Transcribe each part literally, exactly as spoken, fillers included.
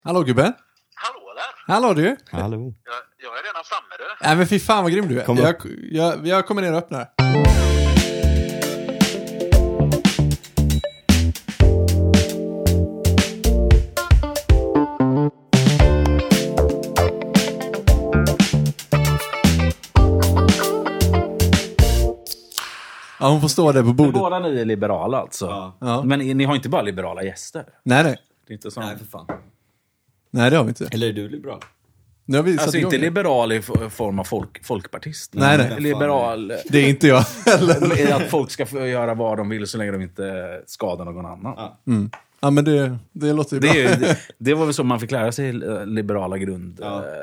Hallå gubben. Hallå där. Hallå du. Hallå. Jag, jag är redan framme du. Nej men fy fan vad grym du är. Kom jag, jag, jag kommer ner och öppnar. Ja, hon får stå där på bordet. Båda ni är liberala alltså. Ja. Ja. Men ni har inte bara liberala gäster. Nej, nej. Det är inte som... Nej, för fan. Nej, det har vi inte. Eller är du liberal? Nu har vi satt Alltså igång inte det. liberal i f- form av folk, folkpartist. Nej, nej. Men liberal Det är inte jag heller. i att folk ska få göra vad de vill så länge de inte skadar någon annan. Ja. Mm. Ja, men det, det låter ju Det, bra. är, ju- det, det var väl så man fick lära sig eh, liberala grund... Ja. Eh,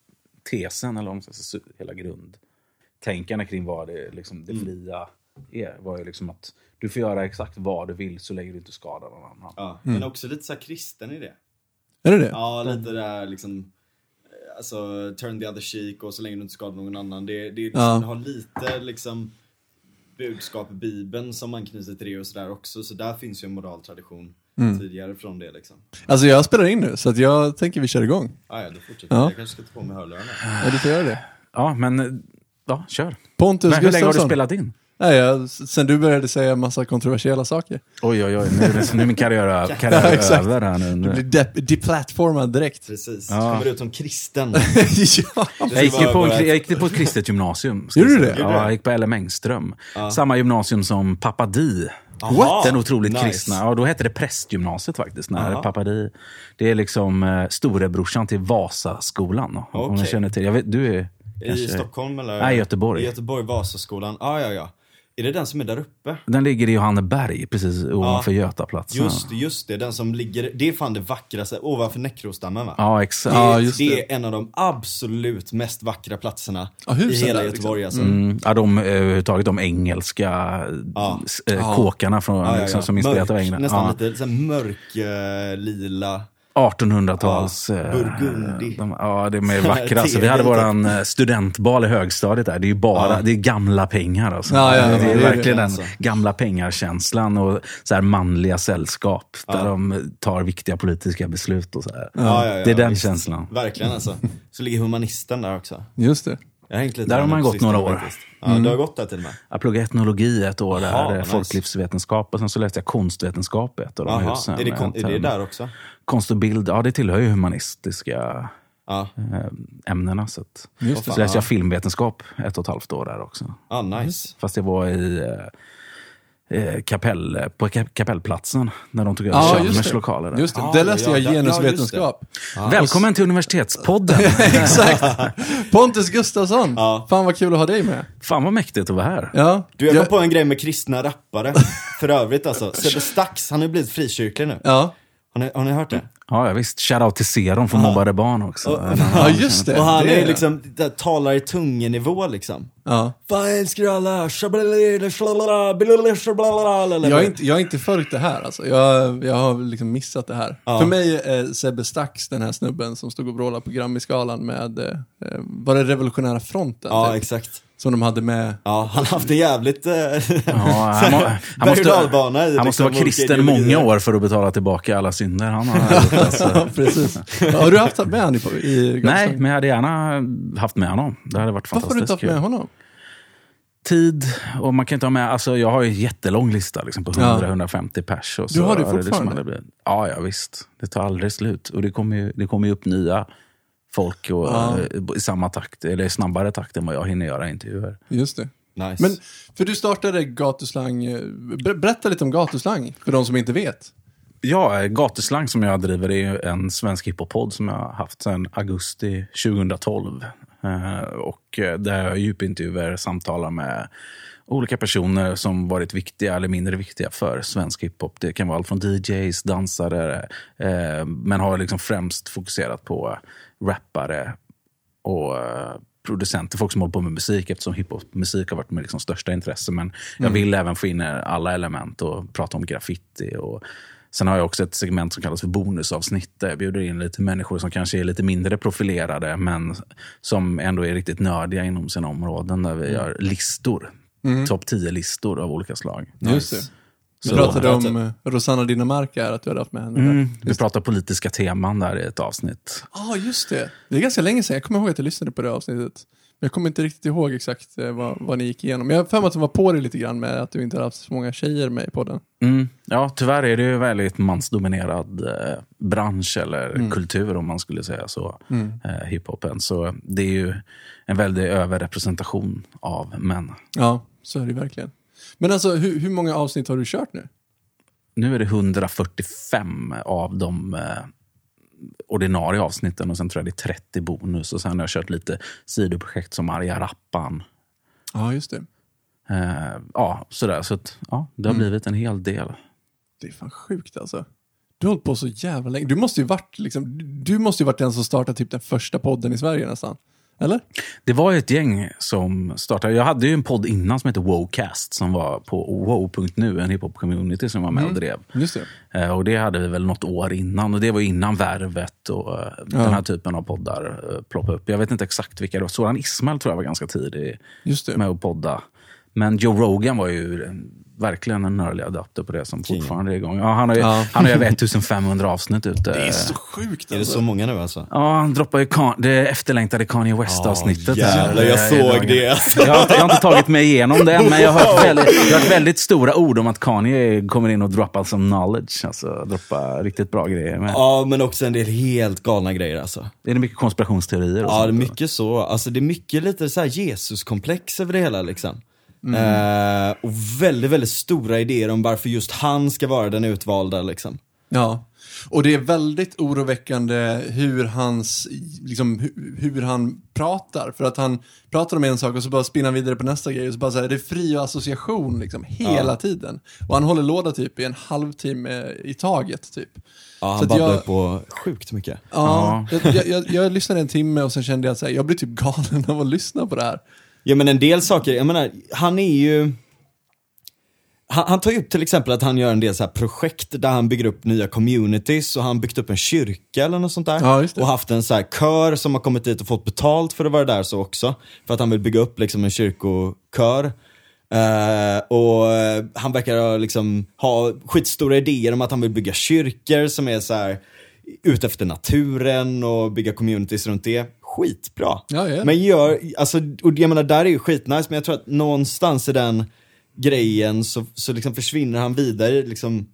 tesen, eller om man ska säga, hela grundtänkarna kring vad det, liksom, det fria är. Var ju liksom att du får göra exakt vad du vill så länge du inte skadar någon annan. Ja. Men också lite så här kristen i det. Är det det? Ja, lite där liksom... Alltså, turn the other cheek och så länge du inte skadar någon annan. Det, det, liksom, Ja. det har lite liksom budskap i Bibeln som man knyter till det och sådär också. Så där finns ju en moraltradition Mm. tidigare från det liksom. Alltså jag spelar in nu så att jag tänker vi kör igång. Ah, ja, då fortsätter Ja. jag. Jag kanske ska ta på mig hörlurarna. Ja, du får göra det. Ja, men... Ja, kör. Pontus Men hur länge har du Gustafsson. spelat in? Nej, jag, sen du började säga massa kontroversiella saker. Oj, oj, oj. Nu är, nu är min karriär, karriär Ja, exakt. över här nu. Du blir de- deplatformad direkt. Precis. Ja. Så kommer du ut som kristen. Ja. Jag gick, ju på en, jag gick på ett kristet gymnasium. ska Gjorde jag du säga. det? Ja, jag gick på L M Engström. Samma gymnasium som Pappa Di. Aha, Den otroligt nice. kristna. Ja, då hette det prästgymnasiet faktiskt. När Aha. Pappa Di. Det är liksom eh, storebrorsan till Vasaskolan. Om Okej. ni känner till. Jag vet, du är... I kanske- Stockholm eller? Nej, Göteborg. I Göteborg, Vasaskolan. Ja, ja, ja. Är det den som är där uppe? Den ligger i Johanneberg, precis ovanför Götaplatsen. Just det, just det. Den som ligger... Det är fan det vackraste. Ovanför Näckrosdammen, va? Ja, exakt. Det, Ja, är- just det det. är en av de absolut mest vackra platserna Ja, husen i hela där, Göteborg. Alltså. Mm, ja, de eh, överhuvudtaget de engelska Ja. s- eh, kåkarna från, Ja, ja, ja. liksom, som inspirerat av Mörk, England. nästan Ja. lite så här mörk, eh, lila. artonhundratals... Ja, eh, Burgundi. De, ja, det är vackra. Alltså, vi hade Tegel, våran eh, studentbal i högstadiet där. Det är ju bara, Ja. det är gamla pengar alltså. Ja, ja, det är det är verkligen det, den alltså. gamla pengarkänslan och så här manliga sällskap där Ja. de tar viktiga politiska beslut och så här. Ja, ja, ja, det är den visst. känslan. Verkligen alltså. Så ligger humanisten där också. Just det. Jag har hängt lite Där har med man på gått några sistone år. faktiskt. Ja, du har gått där till och med. Jag pluggade etnologi ett år Jaha, där, nice. folklivsvetenskap, och sen så läste jag konstvetenskap ett av de Jaha, husen. är det, kon- är det där också? Konst och bild, ja det tillhör ju humanistiska Ja, eh, ämnena. Så, att, Just så det. läste jag filmvetenskap ett och ett halvt år där också. ah, nice. Fast jag var i eh, kapell, på kap- kapellplatsen när de tog över Ja, Chalmers just det. lokaler där. Just det. Ja, Där läste ja, jag ja, genusvetenskap. Välkommen till Universitetspodden. Exakt. Pontus Gustafsson. Ja. Fan vad kul att ha dig med. Fan vad mäktigt att vara här. Ja. Du, jag kom jag, på en grej med kristna rappare. För övrigt alltså. Sebbe Stax, han har ju blivit frikyrklig nu. ja. Har ni, har ni hört det? Ja, ja visst. Shoutout till Seron från Mobbade barn också. Och- ja, just det. Och han det är liksom, där, talar i tungenivå liksom. Ja. Fan, jag älskar alla. Jag har inte, jag har inte följt det här alltså. jag, jag har liksom missat det här. Ja. För mig är Sebbe Stax den här snubben som stod och vrålade på Grammy-skalan med eh, var det Revolutionära fronten Ja, typ, exakt. som de hade med. Ja, han har haft en jävligt... Eh, Ja, han, må, han berg- och måste, dalbana i han måste liksom vara olika kristen ideologier. många år för att betala tillbaka alla synder han har gjort. Alltså. Ja, precis. Har du haft med han i, i Nej, men jag hade gärna haft med honom. Det hade varit Varför har du inte fantastiskt haft med kul. honom? Tid, och man kan inte ha med, alltså jag har ju en jättelång lista liksom, på hundra till Ja. hundrafemtio pers. Och Du så har det är liksom fortfarande? aldrig blivit- ja, ja, visst. Det tar aldrig slut. Och det kommer ju, det kommer ju upp nya folk och, Ja. eh, i samma takt, eller i snabbare takt än vad jag hinner göra intervjuer. Just det. nice. Men, för du startade Gatuslang, eh, ber- berätta lite om Gatuslang, för de som inte vet. Ja, Gatuslang som jag driver är ju en svensk hiphop-podd som jag har haft sedan augusti tjugohundratolv. Eh, och eh, där jag djupintervjuer, samtalar med olika personer som varit viktiga eller mindre viktiga för svensk hiphop. Det kan vara allt från D Js, dansare, eh, men har liksom främst fokuserat på rappare och eh, producenter, folk som håller på med musik, eftersom hiphop-musik har varit med liksom största intresse. Men jag vill även få in alla element och prata om graffiti. Och sen har jag också ett segment som kallas för bonusavsnitt, där jag bjuder in lite människor som kanske är lite mindre profilerade men som ändå är riktigt nördiga inom sina områden, där vi gör listor. Mm. Topp tio listor av olika slag. Just det. Vi Så, pratade om uh, Rosanna Dinamarca, att du hade haft med henne. mm, vi pratade politiska teman där i ett avsnitt. Ja, ah, just det. Det är ganska länge sedan. Jag kommer ihåg att jag lyssnade på det avsnittet. Men jag kommer inte riktigt ihåg exakt uh, vad, vad ni gick igenom. Jag har för mig att du var på det lite grann med att du inte har haft så många tjejer med i podden. Mm, ja, tyvärr är det ju väldigt mansdominerad eh, bransch eller mm. kultur om man skulle säga så, mm. eh, hiphopen. Så det är ju en väldigt överrepresentation av män. Ja, så är det verkligen. Men alltså, hur, hur många avsnitt har du kört nu? Nu är det hundrafyrtiofem av de eh, ordinarie avsnitten och sen tror jag det är trettio bonus och sen har jag kört lite sidoprojekt som Arga Rappan. Ja, just det. Eh, ja, sådär. Så att, ja, det har mm. blivit en hel del. Det är fan sjukt alltså. Du har hållit på så jävla länge. Du måste ju varit liksom, du måste ju varit den som startade typ den första podden i Sverige nästan. Eller? Det var ett gäng som startade. Jag hade ju en podd innan som heter Wowcast som var på wow punkt nu, en hiphop-community som var med mm. och drev. Just det. Och det hade vi väl något år innan. Och det var innan Värvet och ja. den här typen av poddar ploppade upp. Jag vet inte exakt vilka det var. Soran Ismail tror jag var ganska tidig Just det. med att podda. Men Joe Rogan var ju verkligen en nörlig adapter på det som King. fortfarande är igång. Ja, han har ju, ja. han har ju över femtonhundra avsnitt ute. Det är så sjukt alltså. Är det så många nu alltså? Ja, han droppar ju kan- det efterlängtade Kanye West-avsnittet. Oh, jävlar, jag såg det. Alltså. Jag, har inte, jag har inte tagit mig igenom det, men jag har hört väldigt, jag har hört väldigt stora ord om att Kanye kommer in och droppar som knowledge. Alltså droppar riktigt bra grejer. Men... Ja, men också en del helt galna grejer alltså. Är det mycket konspirationsteorier? Och ja, sånt, det är mycket så. Alltså det är mycket lite så här Jesus-komplex över det hela liksom. Mm. Uh, och väldigt, väldigt stora idéer om varför just han ska vara den utvalda liksom. Ja, och det är väldigt oroväckande hur hans liksom, hur, hur han pratar. För att han pratar om en sak och så bara spinnar vidare på nästa grej. Och så bara så här, det är fri association liksom, hela ja. tiden. Och han håller låda typ i en halvtimme i taget typ. Ja, han babblar jag... på sjukt mycket. Ja, ja. Jag, jag, jag lyssnade en timme och sen kände jag att jag blir typ galen av att lyssna på det här. Ja, men en del saker, jag menar, han är ju han, han tar ju upp till exempel att han gör en del så här projekt där han bygger upp nya communities och han byggt upp en kyrka eller något sånt där. Ja, just det. Och haft en så här kör som har kommit dit och fått betalt för att vara där så också. För att han vill bygga upp liksom en kyrkokör. Uh, och uh, han verkar liksom ha skitstora idéer om att han vill bygga kyrkor som är så här ut efter naturen och bygga communities runt det. Skitbra. Ja, ja. Men gör, alltså, och jag menar, där är ju skitnice, men jag tror att någonstans i den grejen så, så liksom försvinner han vidare liksom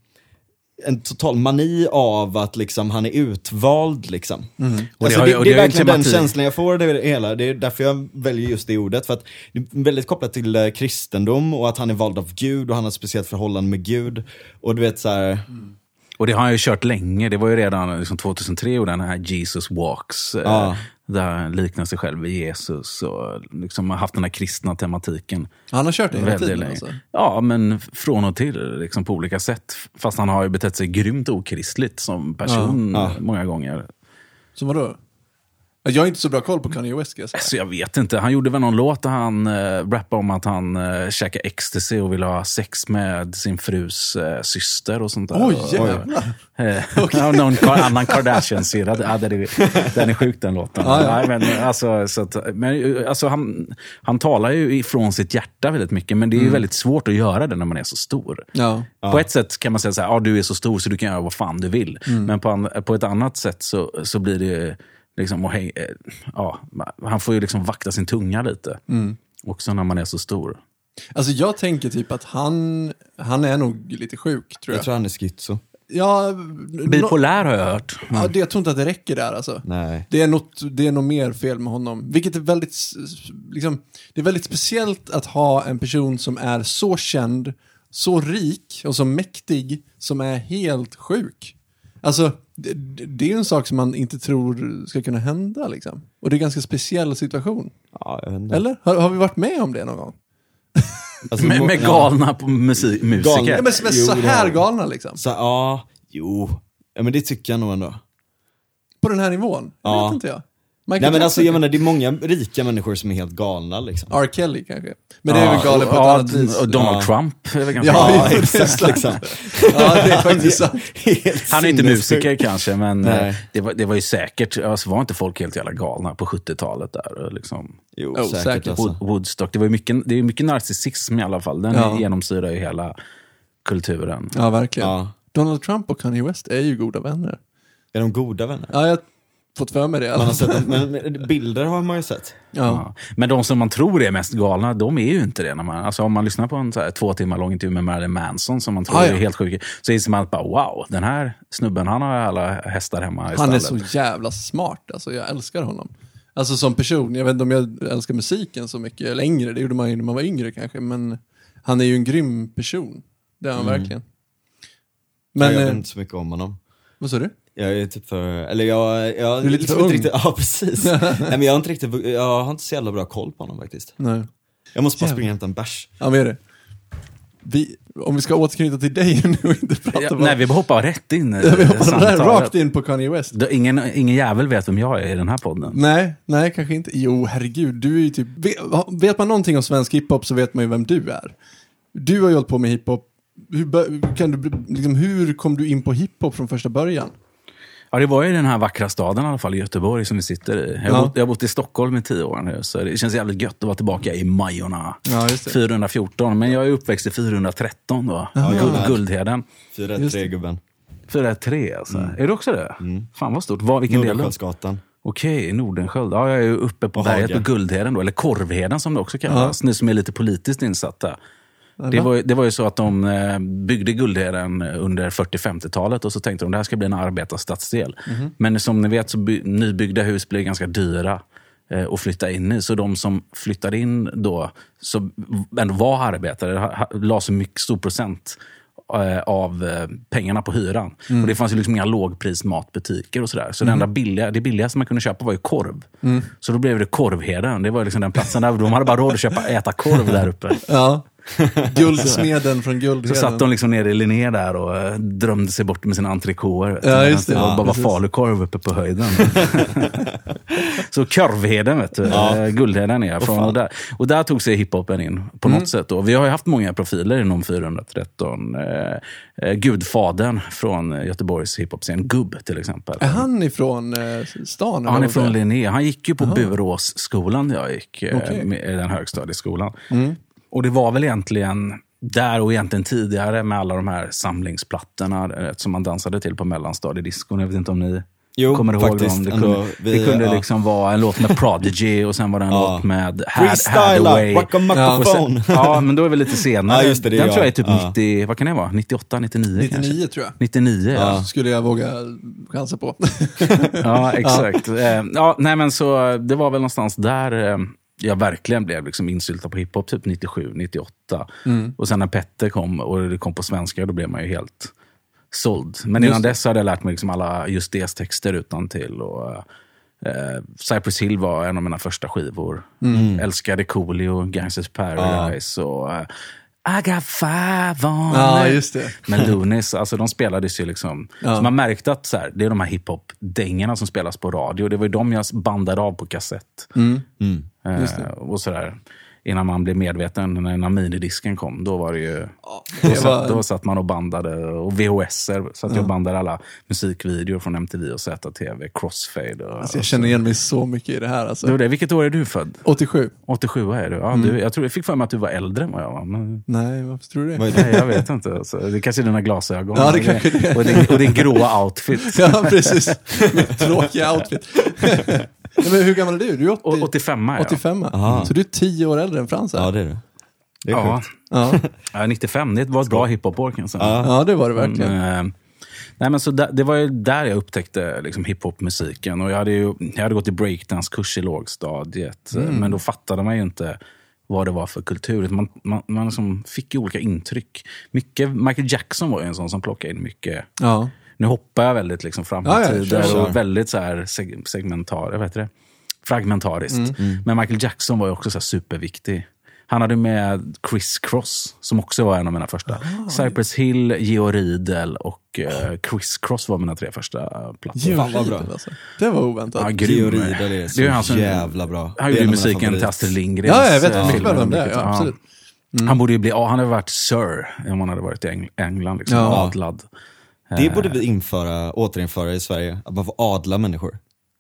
en total mani av att liksom han är utvald liksom. Mm. Och alltså, det, det, det är verkligen den känslan jag får det hela. Det är därför jag väljer just det ordet, för att det är väldigt kopplat till uh, kristendom och att han är vald av Gud och han har ett speciellt förhållande med Gud och du vet så här. Mm. Och det har han ju kört länge. Det var ju redan liksom tjugohundratre och den här Jesus Walks. Ja. Där han liknar sig själv vid Jesus. Och liksom har haft den här kristna tematiken. Han har kört det hela tiden alltså. Ja, men från och till liksom på olika sätt. Fast han har ju betett sig grymt okristligt som person ja. Ja. många gånger. Så vadå? Jag har inte så bra koll på Kanye West. Jag, alltså, jag vet inte. Han gjorde väl någon låt där han äh, rappade om att han äh, käkade ecstasy och ville ha sex med sin frus äh, syster och sånt där. Oj, jävlar. Äh, okay. Någon kar- annan Kardashian-syra. Ja, den, är, den är sjuk den låten. Ah, ja. Nej, men, alltså, så att, men, alltså, han, han talar ju ifrån sitt hjärta väldigt mycket, men det är ju mm. väldigt svårt att göra det när man är så stor. Ja. På ja. ett sätt kan man säga så här, ja, du är så stor så du kan göra vad fan du vill. Mm. Men på, an- på ett annat sätt så, så blir det liksom, och hej, ja, han får ju liksom vakta sin tunga lite. Mm. Också när man är så stor. Alltså jag tänker typ att han han är nog lite sjuk, tror jag. Jag tror han är schizo. Ja, bipolär har jag hört. Mm. Ja, det, jag tror inte att det räcker där alltså. Nej. Det är något, det är något mer fel med honom. Vilket är väldigt liksom, det är väldigt speciellt att ha en person som är så känd, så rik och så mäktig som är helt sjuk. Alltså, det, det är ju en sak som man inte tror ska kunna hända liksom. Och det är en ganska speciell situation. Ja, jag vet inte. Eller? Har, har vi varit med om det någon gång? Alltså, med, med galna på musik, musiker? Galna. Ja, men som är så här galna liksom. Så, ja, jo. Ja, men det tycker jag nog ändå. På den här nivån? Ja. Vet inte jag. Michael Nej men alltså jag menar det är många rika människor som är helt galna liksom. R. Kelly kanske. Men det är ja, väl galet på ett ja, annat vis. Och Donald ja. Trump är väl ganska ja, ja, exakt liksom. Ja, det är faktiskt sant. Han är inte musiker kanske, men det var, det var ju säkert, alltså var inte folk helt jävla galna på sjuttiotalet där liksom. Jo, oh, säkert, säkert alltså. Woodstock, det var ju mycket, det är mycket narcissism i alla fall. Den ja. genomsyrar ju hela kulturen. Ja, verkligen. Ja. Donald Trump och Kanye West är ju goda vänner. Är de goda vänner? Ja, jag har fått för mig det. Man har sett dem, men men bilder har man ju sett. Ja. Ja. Men de som man tror är mest galna, de är ju inte det. När man, alltså om man lyssnar på en så här, två timmar lång intervju med Marilyn Manson som man tror Ah, ja. är helt sjuk, så inser man att bara, wow, den här snubben, han har alla hästar hemma i Han är stallet. så jävla smart, alltså jag älskar honom. Alltså som person, jag vet inte om jag älskar musiken så mycket längre, det gjorde man ju när man var yngre kanske, men han är ju en grym person. Det är han Mm. verkligen. Men, Men, jag vet eh, inte så mycket om honom. vad sa du? Jag är typ för, eller jag, jag Du är lite liksom för inte ung. riktigt, ja precis. Nej men jag har inte riktigt, jag har inte så jävla bra koll på honom faktiskt. Nej. Jag måste bara Jävlar. springa och hämta en bärs. Ja, vad är det? Vi, om vi ska återknyta till dig nu och inte prata Ja, om... nej, vi hoppar rätt in i vi hoppar samtalet. rakt in på Kanye West. Då, ingen, ingen jävel vet vem jag är i den här podden. Nej, nej, kanske inte. Jo, herregud, du är ju typ... Vet, vet man någonting om svensk hiphop så vet man ju vem du är. Du har ju hållit på med hiphop. Hur, bör- kan du, liksom, hur kom du in på hiphop från första början? Ja, det var ju den här vackra staden i alla fall, Göteborg, som vi sitter i. Jag har, Ja. bott, jag har bott i Stockholm i tio år nu, så det känns jävligt gött att vara tillbaka i Majorna. Ja, just det. fyrahundrafjorton, men jag är uppväxt i fyrahundratretton då. Ja. Guld, Guldheden. fyra Just tre det. gubben. fyrahundratre alltså. Är du också det? Fan vad stort. Var, vilken del då? Nordenskiöldsgatan. Okej, Nordensköld. Ja, jag är ju uppe på Och berget Haga. på Guldheden då, eller Korvheden som det också kallas. Ni som är lite politiskt insatta. Det var, ju- det var ju så att de eh, byggde Guldheden under fyrtio-femtiotalet och så tänkte de det här ska bli en arbetarstadsdel. Mhm. Men som ni vet så by, nybyggda hus blir ganska dyra eh, att flytta in i. Så de som flyttade in då, så ändå var arbetare, ha- ha- la så mycket stor procent eh, av eh, pengarna på hyran. Mm. Och det fanns ju liksom inga lågprismatbutiker och sådär. Så det enda billiga, det billigaste man kunde köpa var ju korv. Mm. Så då blev det Korvheden. Det var liksom den platsen där de hade bara råd att köpa äta korv där uppe. Ja. Guldsmeden från Så Guldheden. satt de liksom nere i Linné där och eh, drömde sig bort med sina entrecôter. Ja, just det. Och Ja, bara var precis. falukorv uppe på höjden. Så Korvheden, vet du. Ja. Guldheden är jag från. Och där, och där tog sig hiphopen in på Mm. något sätt. Och vi har ju haft många profiler inom fyrahundratretton. Eh, eh, Gudfadern från Göteborgs hiphop-scen, Gubb till exempel. Är han ifrån eh, stan? Ja, han är eller från vad? Linné. Han gick ju på Buråsskolan där jag gick, eh, Okej. med den högstadieskolan. Mm. Och det var väl egentligen där och egentligen tidigare med alla de här samlingsplattorna eh, som man dansade till på mellanstadiediscon. Jag vet inte om ni Jo, kommer ihåg faktiskt, dem. Det ändå. kunde, Vi- det kunde ja. liksom vara en låt med Prodigy och sen var det en Ja. låt med Had, Freestyla, Hathaway. wacka Ja, Och sen- mikrofon. Ja, men då är vi lite senare. Ja, just det, det är Den jag. tror jag är typ Ja. nittio, vad kan det vara? nittioåtta, nittionio kanske? nittionio tror jag. nittionio, ja. Ja. Skulle jag våga chansa på. Ja, exakt. Ja. ja, nej men så det var väl någonstans där eh, jag verkligen blev liksom insyltad på hiphop, typ nittiosju, nittioåtta. Mm. Och sen när Petter kom och det kom på svenska, då blev man ju helt såld. Men Just innan det. dess hade jag lärt mig liksom alla just deras texter utan till och eh, Cypress Hill var en av mina första skivor. Mm. Älskade Coolio, Gangsters Paradise och eh, I got five on Ja, it. just det. Men Lunis, alltså de spelades ju liksom. Ja. Så man märkte att så här, det är de här hiphop-dängerna som spelas på radio. Det var ju de jag bandade av på kassett. Mm. Eh, Just det. och sådär. Innan man blev medveten, när, när minidisken kom, då var det ju... Ja, Då, det satt, var, då satt man och bandade, och V H S-er. Så att jag bandade alla musikvideor från M T V och Z T V, Crossfade. Och, alltså, jag känner igen mig så mycket i det här. Alltså. det var det. Vilket år är du född? åttiosju. åttiosju är du. Ja, Mm. du jag, tror, jag fick för mig att du var äldre än vad jag var. Men... Nej, varför tror du det? Vad är det? Nej, jag vet inte. Alltså, det kanske är dina glasögon. Ja, det Och kanske det är. Och din, och din gråa outfit. Ja, precis. Med tråkiga outfit. Nej, men hur gammal är du? Du är åttio, Och åttiofem, ja. åttiofem. Aha. Så du är tio år äldre än Frans här. Ja, det är det. Det är Ja. sjukt. Ja. Ja, nittiofem, det var ett bra hiphop-år kan jag säga. Ja. Ja, det var det verkligen. Men, eh, nej, men så där, det var ju där jag upptäckte liksom, hiphop-musiken. Och jag hade, ju, jag hade gått i breakdance-kurs i lågstadiet. Mm. Men då fattade man ju inte vad det var för kultur. Man, man, man liksom fick ju olika intryck. Mycket, Michael Jackson var ju en sån som plockade in mycket. Ja. Nu hoppar jag väldigt liksom fram i Ja, ja, tider kör, kör. och väldigt så här seg- segmentar, jag vet det, fragmentariskt. Mm. Men Michael Jackson var ju också så här superviktig. Han hade med Criss Cross, som också var en av mina första. Ah, Cypress Hill, Georg Riedel och uh, Criss Cross var mina tre första plattor. Georg Fan, vad bra. Riedel, alltså. Det var oväntat. Ja, Ja, grym. Georg Riedel är så Det är han som- jävla bra. Han Det gjorde är en av mina musiken favoriter. till Astrid Lindgrens jag vet eh, mycket filmer. väl om det. Mycket, Ja, ja. absolut. Han borde ju bli, ja, han hade varit Sir om han hade varit i Eng- England, liksom, Ja. adlad. Det borde vi införa, återinföra i Sverige. Att man får adla människor.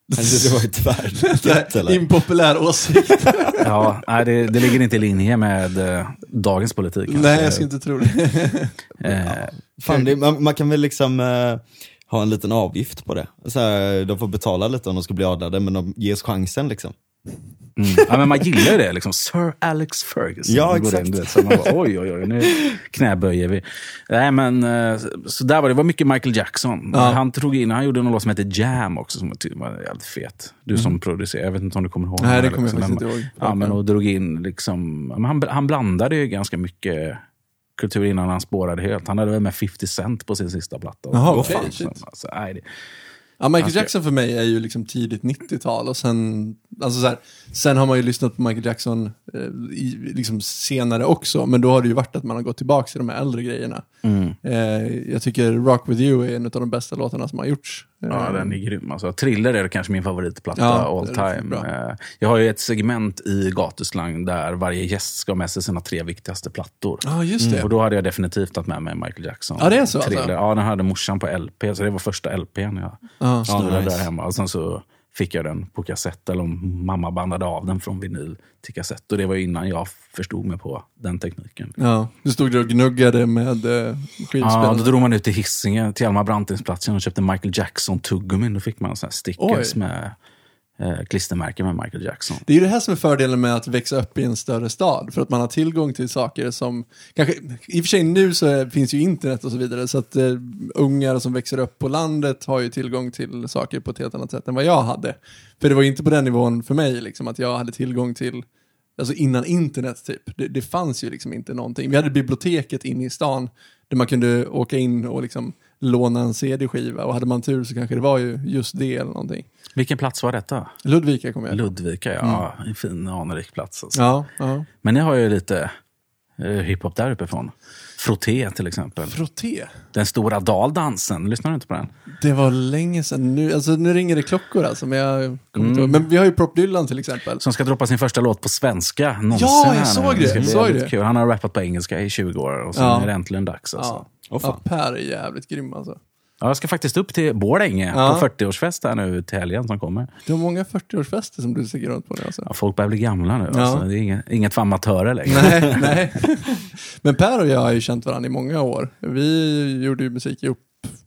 Det var ju tvärgött, eller? Impopulär åsikt. Ja, nej, det, det ligger inte i linje med uh, dagens politik. Nej, jag ska inte tro det. eh, Fan, det, man, man kan väl liksom uh, ha en liten avgift på det. Så här, de får betala lite om de ska bli adlade, men de ges chansen liksom. Mm. Ja, men man gillar ju det liksom. Sir Alex Ferguson. Ja, exakt. In, så man bara, oj, oj, oj, nu knäböjer vi. Nej, men så där var det. Det var mycket Michael Jackson. Ja. Han tog in, han gjorde någon låt som heter Jam också, som var jävligt fet. Du som mm. producerar, jag vet inte om du kommer ihåg. Nej, det kommer liksom. jag faktiskt inte ihåg. Ja, men och drog in liksom, han, han blandade ju ganska mycket kultur innan han spårade helt. Han hade väl med femtio cent på sin sista platta. Jaha, okej. okay, Så, alltså, nej, det... Ja, Michael Jackson för mig är ju liksom tidigt nittiotal och sen, alltså så här, sen har man ju lyssnat på Michael Jackson eh, i, liksom senare också, men då har det ju varit att man har gått tillbaka till de här äldre grejerna. Mm. Eh, jag tycker Rock With You är en av de bästa låtarna som har gjorts. Eh, Ja, den är grym. Alltså, Thriller är kanske min favoritplatta Ja, all det är time. bra. Eh, Jag har ju ett segment i Gatuslang där varje gäst ska ha med sig sina tre viktigaste plattor. Ja, just det. Och då hade jag definitivt tagit med mig Michael Jackson. Ja, det är så, Thriller. alltså? Ja, den hade morsan på L P, så det var första L P:n jag Ja. snurrade Ja, nice. där hemma. Och sen så fick jag den på kassett, eller om mamma bandade av den från vinyl till kassett. Och det var ju innan jag förstod mig på den tekniken. Ja, du stod där och gnuggade med eh, skivspelaren. Ja, då drog man ut till Hisingen, till Hjalmar Brantings-platsen och köpte Michael Jackson-tuggummin. Då fick man så här stickers Oj. med eh, klistermärken med Michael Jackson. Det är ju det här som är fördelen med att växa upp i en större stad. För att man har tillgång till saker som... Kanske, i och för sig nu så är, finns ju internet och så vidare. Så att eh, ungar som växer upp på landet har ju tillgång till saker på ett helt annat sätt än vad jag hade. För det var ju inte på den nivån för mig liksom, att jag hade tillgång till... Alltså innan internet typ. Det, det fanns ju liksom inte någonting. Vi hade biblioteket inne i stan där man kunde åka in och liksom låna en C D-skiva. Och hade man tur så kanske det var ju just det eller någonting. Vilken plats var detta? Ludvika kommer jag ihåg. Ludvika, ja. En fin, anrik plats. Alltså. Ja, ja. Men ni har ju lite eh, hiphop där uppifrån. Frotté till exempel. Frotté. Den stora daldansen, lyssnar du inte på den? Det var länge sedan. Nu, alltså, nu ringer det klockor alltså. Men, jag kommer inte ihåg. Men vi har ju Prop Dylan till exempel. Som ska droppa sin första låt på svenska någonsin. Ja, jag här såg nu. det. ska bli såg jävligt det. kul. Han har rappat på engelska i tjugo år och sen Ja. är det äntligen dags. Alltså. Ja. Åh, fan. Ja, Per är jävligt grym alltså. Ja, jag ska faktiskt upp till Borlänge Ja. på fyrtioårsfest här nu till helgen som kommer. Det var många fyrtioårsfester som du sticker runt på nu alltså. Ja, folk börjar bli gamla nu. Ja. Alltså. Det är inget, inget för amatörer längre. Nej, nej. Men Per och jag har ju känt varandra i många år. Vi gjorde ju musik ihop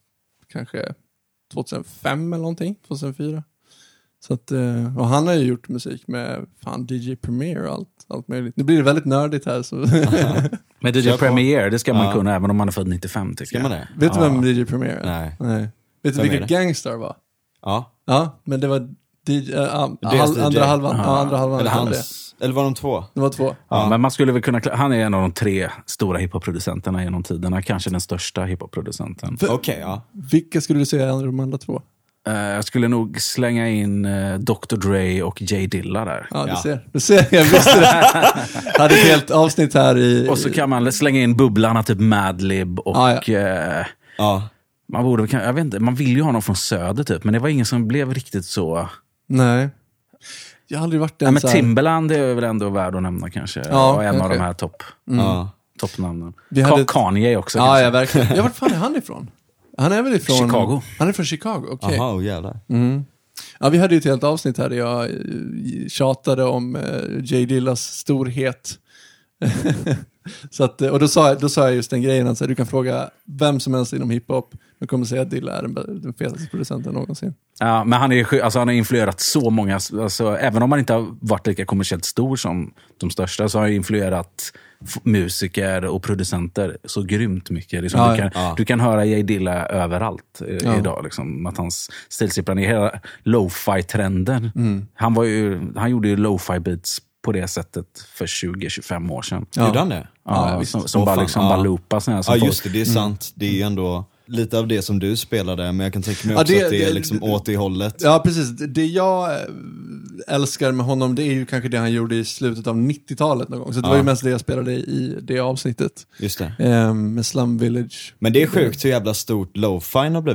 kanske tjugohundrafem eller någonting, tjugohundrafyra. Så att, eh, och han har ju gjort musik med fan D J Premier och allt, allt möjligt. Nu blir det väldigt nördigt här. Så. Men D J Kör på. Premiere, det ska man Ja. kunna även om man är född nittiofem tycker Ska jag. man det? Vet du Ja. vem D J Premier är? Nej. Nej. Vet du Vem är vilket det? Gangstar var? Ja. Ja, men det var D J, äh, Deras hal, D J. andra halvan. Aha. Ja, andra halvan. Eller var det. hans. Eller var de två? Det var två. Ja, men man skulle väl kunna, han är en av de tre stora hiphop-producenterna genom tiderna. Kanske den största hiphop-producenten. För- Okej, ja. Vilka skulle du säga är de andra två? Eh, jag skulle nog slänga in uh, doktor Dre och Jay Dilla där. Ja, du Ja. ser. Du ser, jag visste det. Hade ett helt avsnitt här i... Och så kan man slänga in bubblarna, typ Madlib och... Ah, eh, Ja. man borde, jag vet inte, man vill ju ha någon från söder typ, men det var ingen som blev riktigt så... Nej. Jag har aldrig varit en Ja, men så här... Timberland är väl ändå värd att nämna kanske. Ja, och en kanske. av de här topp, Ja. toppnamnen. Vi hade Ka- ett- Kanye också. Ja, kanske. ja, verkligen. Ja, vart fan är han ifrån? Han är väl ifrån... Chicago. Han är från Chicago, okej. Jaha, oh, jävlar. Mm. Ja, vi hade ju ett helt avsnitt här där jag eh, tjatade om eh, Jay Dillas storhet. Så att, och då sa, jag, då sa jag just den grejen att så här, du kan fråga vem som helst inom hiphop, men kommer säga att Dilla är den, den fetaste producenten någonsin. Ja, men han, är, sj- alltså han har influerat så många, alltså, även om han inte har varit lika kommersiellt stor som de största, så har han influerat f- musiker och producenter så grymt mycket. Liksom, Ja, du, kan, ja. du kan höra Jay Dilla överallt eh, Ja. idag. Liksom, att hans stilsipprar ner hela lo-fi-trenden. Mm. Han, var ju, han gjorde ju lo-fi beats på det sättet för tjugo till tjugofem år sedan. Ja. Gjorde han det? Ja, Ja, visst. som som Åh, bara, fan, liksom ja. bara loopas. Som Ja, folk- just det. Det är sant. Det är ju ändå lite av det som du spelade, men jag kan tänka mig Ja, också det- att det är det- liksom åt det hållet. Ja, precis. Det jag eh, älskar med honom, det är ju kanske det han gjorde i slutet av nittiotalet någon gång. Så det Ja. var ju mest det jag spelade i det avsnittet. Just det. Eh, med Slum Village. Men det är sjukt hur jävla stort lo-fi har blivit.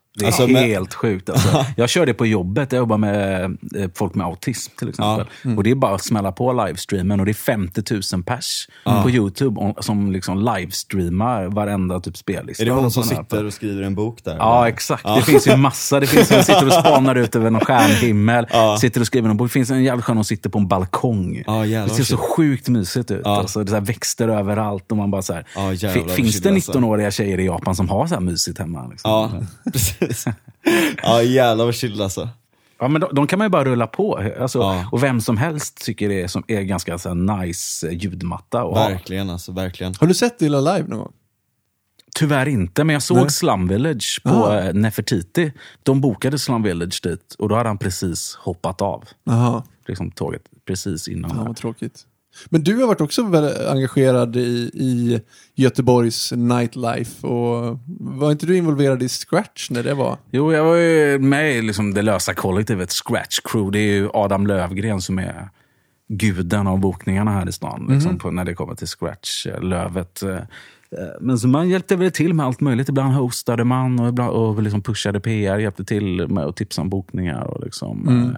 Det är Alltså, helt men... sjukt. Alltså. Jag kör det på jobbet. Jag jobbar med eh, folk med autism till exempel. Ja. Mm. Och det är bara att smälla på livestreamen. Och det är femtio tusen pers mm. på YouTube som liksom livestreamar varenda typ spellista. Är det hon som sitter och skriver en bok där? Ja, eller? Exakt. Ja. Det finns ju massa. Det finns en som sitter och spanar ut över någon stjärnhimmel. Ja. Sitter och skriver en bok. Det finns en jävla skön som sitter på en balkong. Ja, det ser så sjukt mysigt ut. Ja. Alltså, det är så här växter överallt. Och man bara så här, ja, jävlar, finns det nittonåriga tjejer i Japan som har så här mysigt hemma? Liksom? Ja, precis. Ja, jävlar vad chill alltså. Ja, men de, de kan man ju bara rulla på. Alltså, ja. Och vem som helst tycker det är, som är ganska så här, nice ljudmatta. Och verkligen, ha. Alltså, verkligen. Har du sett Dilla live någon gång? Tyvärr inte, men jag såg Nej. Slum Village på ah. Nefertiti. De bokade Slum Village dit och då hade han precis hoppat av. Aha. Liksom tåget precis innan. Ja, vad tråkigt. Men du har varit också väldigt engagerad i, i Göteborgs nightlife. Och var inte du involverad i Scratch när det var? Jo, jag var ju med i liksom det lösa kollektivet Scratch Crew. Det är ju Adam Lövgren som är guden av bokningarna här i stan. Mm-hmm. Liksom, på, när det kommer till Scratch, Lövet. Men så man hjälpte väl till med allt möjligt. Ibland hostade man och, ibland, och liksom pushade P R. Hjälpte till med att tipsa om bokningar och liksom... Mm.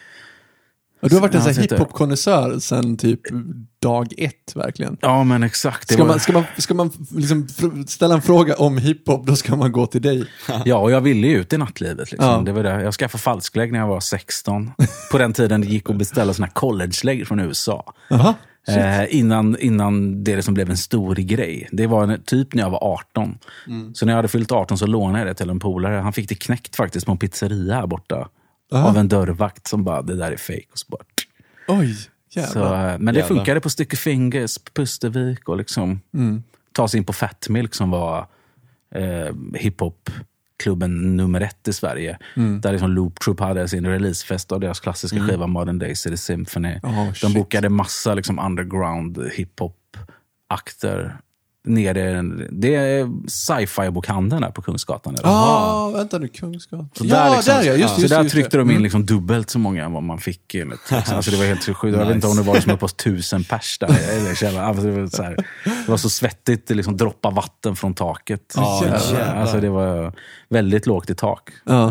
Och du har varit en sån här hiphop-konnässör sen typ dag ett, verkligen. Ja, men exakt. Ska man, ska man, ska man liksom ställa en fråga om hiphop, då ska man gå till dig. Ja, och jag ville ju ut i nattlivet. Liksom. Ja. Det var det. Jag skaffade falsklägg när jag var sexton. På den tiden det gick att beställa såna här college-lägg från U S A. Aha, eh, innan, innan det som blev en stor grej. Det var en, typ när jag var arton. Mm. Så när jag hade fyllt arton så lånade jag det till en polare. Han fick det knäckt faktiskt på en pizzeria här borta. Aha. Av en dörrvakt som bara, det där är fake och sport. Oj, jävlar. Så, men det jävlar. Funkade på Stycke Fingers, på Pustervik och liksom mm. ta sig in på Fat Milk som var eh, hiphop-klubben nummer ett i Sverige. Mm. Där liksom Loop Troop hade sin releasefest av deras klassiska mm. skiva Modern Day City Symphony. Oh, De bokade massa liksom underground hiphop-akter. Nere, det är sci-fi-bokhandeln där på Kungsgatan. Ja, ah, vänta nu, Kungsgatan. Så ja, där, liksom, där, ja, just, så just, där just, tryckte just. de in liksom dubbelt så många än vad man fick. Alltså det var helt sjukt. Nice. Jag vet inte om det var som uppe hos tusen pers där. Alltså det, var så här, det var så svettigt, det liksom droppa vatten från taket. Oh, så, alltså det var väldigt lågt i tak. Ja.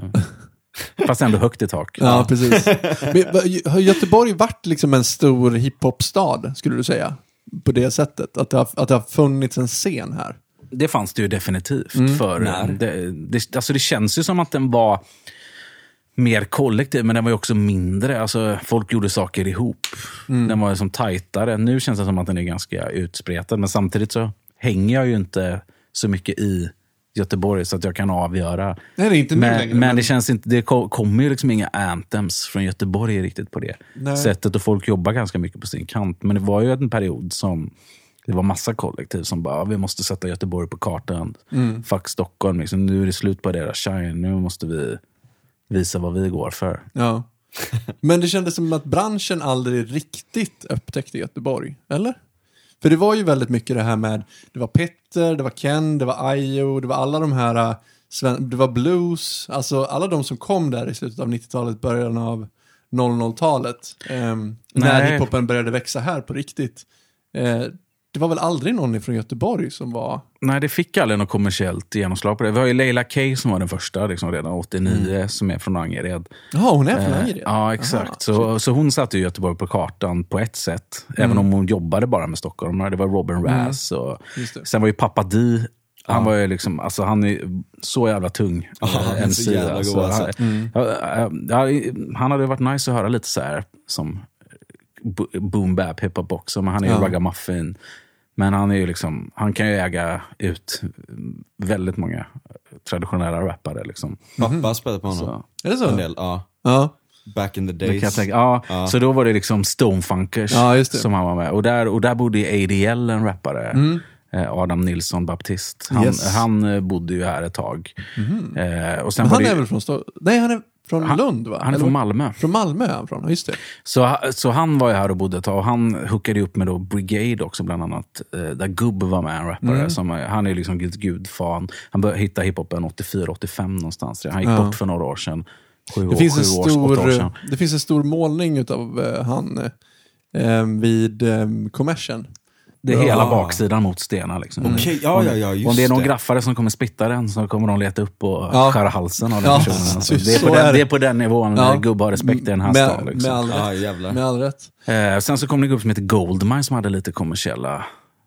Fast ändå högt i tak. Ja, ja. Precis. Men, har Göteborg varit liksom en stor hiphop-stad, skulle du säga? På det sättet, att det, har, att det har funnits en scen här. Det fanns det ju definitivt. Mm. För det, det, alltså det känns ju som att den var mer kollektiv, men den var ju också mindre. Alltså folk gjorde saker ihop. Mm. Den var ju som tajtare. Nu känns det som att den är ganska utspretad, men samtidigt så hänger jag ju inte så mycket i Göteborg så att jag kan avgöra. Nej, det är inte men, längre, men, men det känns inte, det kommer ju liksom inga anthems från Göteborg riktigt på det Nej. sättet, och folk jobbar ganska mycket på sin kant. Men det var ju en period som det var massa kollektiv som bara, vi måste sätta Göteborg på kartan. Mm. Fuck Stockholm, liksom. Nu är det slut på deras shine, nu måste vi visa vad vi går för. Ja. Men det kändes som att branschen aldrig riktigt upptäckte Göteborg, eller? För det var ju väldigt mycket det här med, det var Petter, det var Ken, det var Ayo, det var alla de här, det var Blues, alltså alla de som kom där i slutet av nittiotalet, början av noll noll-talet. Eh, när hiphopen började växa här på riktigt. Eh, det var väl aldrig någon från Göteborg som var... Nej, det fick aldrig något kommersiellt genomslag på det. Vi har ju Leila K som var den första, liksom redan åttionio, mm. som är från Angered. Ja, hon är från Angered. Eh, ja, exakt. Så, så hon satte ju Göteborg på kartan på ett sätt. Mm. Även om hon jobbade bara med Stockholm. Det var Robin Razz. Mm. Och sen var ju Pappa D. Han ja. var ju liksom, alltså han är så jävla tung. Ja, han är så jävla alltså, god alltså. Mm. Han, han hade varit nice att höra lite så här som boom bap hiphop också. Men han är ju ja. ragamuffin. Men han är ju liksom, han kan ju äga ut väldigt många traditionella rappare liksom. Pappa mm. spelade på honom. Så. Är det så? En del, ja. Ja. Back in the days. Tänka, ja, ja, så då var det liksom Stonefunkers ja, som han var med. Och där, och där bodde A D L, en rappare. Mm. Adam Nilsson Baptist. Han, yes. han bodde ju här ett tag. Mm. Eh, och sen Men han det, är väl från Sto- Nej, han är från han, Lund, va? Han är Eller? från Malmö. Från Malmö är han från, just det. Så, så han var ju här och bodde ett tag. Och han hookade upp med då Brigade också bland annat. Eh, där Gubb var med, en rappare. Mm. Som, han är liksom gudfan. Han började hitta hiphopen åttiofyra åttiofem någonstans. Han gick ja. bort för några år sedan. Sju, det, finns sju en stor, år sedan. det finns en stor målning utav uh, han uh, vid um, Kommersen. Det är Ja. hela baksidan mot stenar liksom. Okej, okay, ja, ja, ja, just Om det är någon det. graffare som kommer splitta den så kommer de leta upp och Ja. skära halsen av den Ja, personen. Alltså, så det, är på är den, det. det är på den nivån Ja. när gubbar har respekt i den här med, stan. Liksom. med, all Ja, rätt. jävlar. med all rätt. Eh, sen så kom det en grupp som heter Goldmine som hade lite kommersiella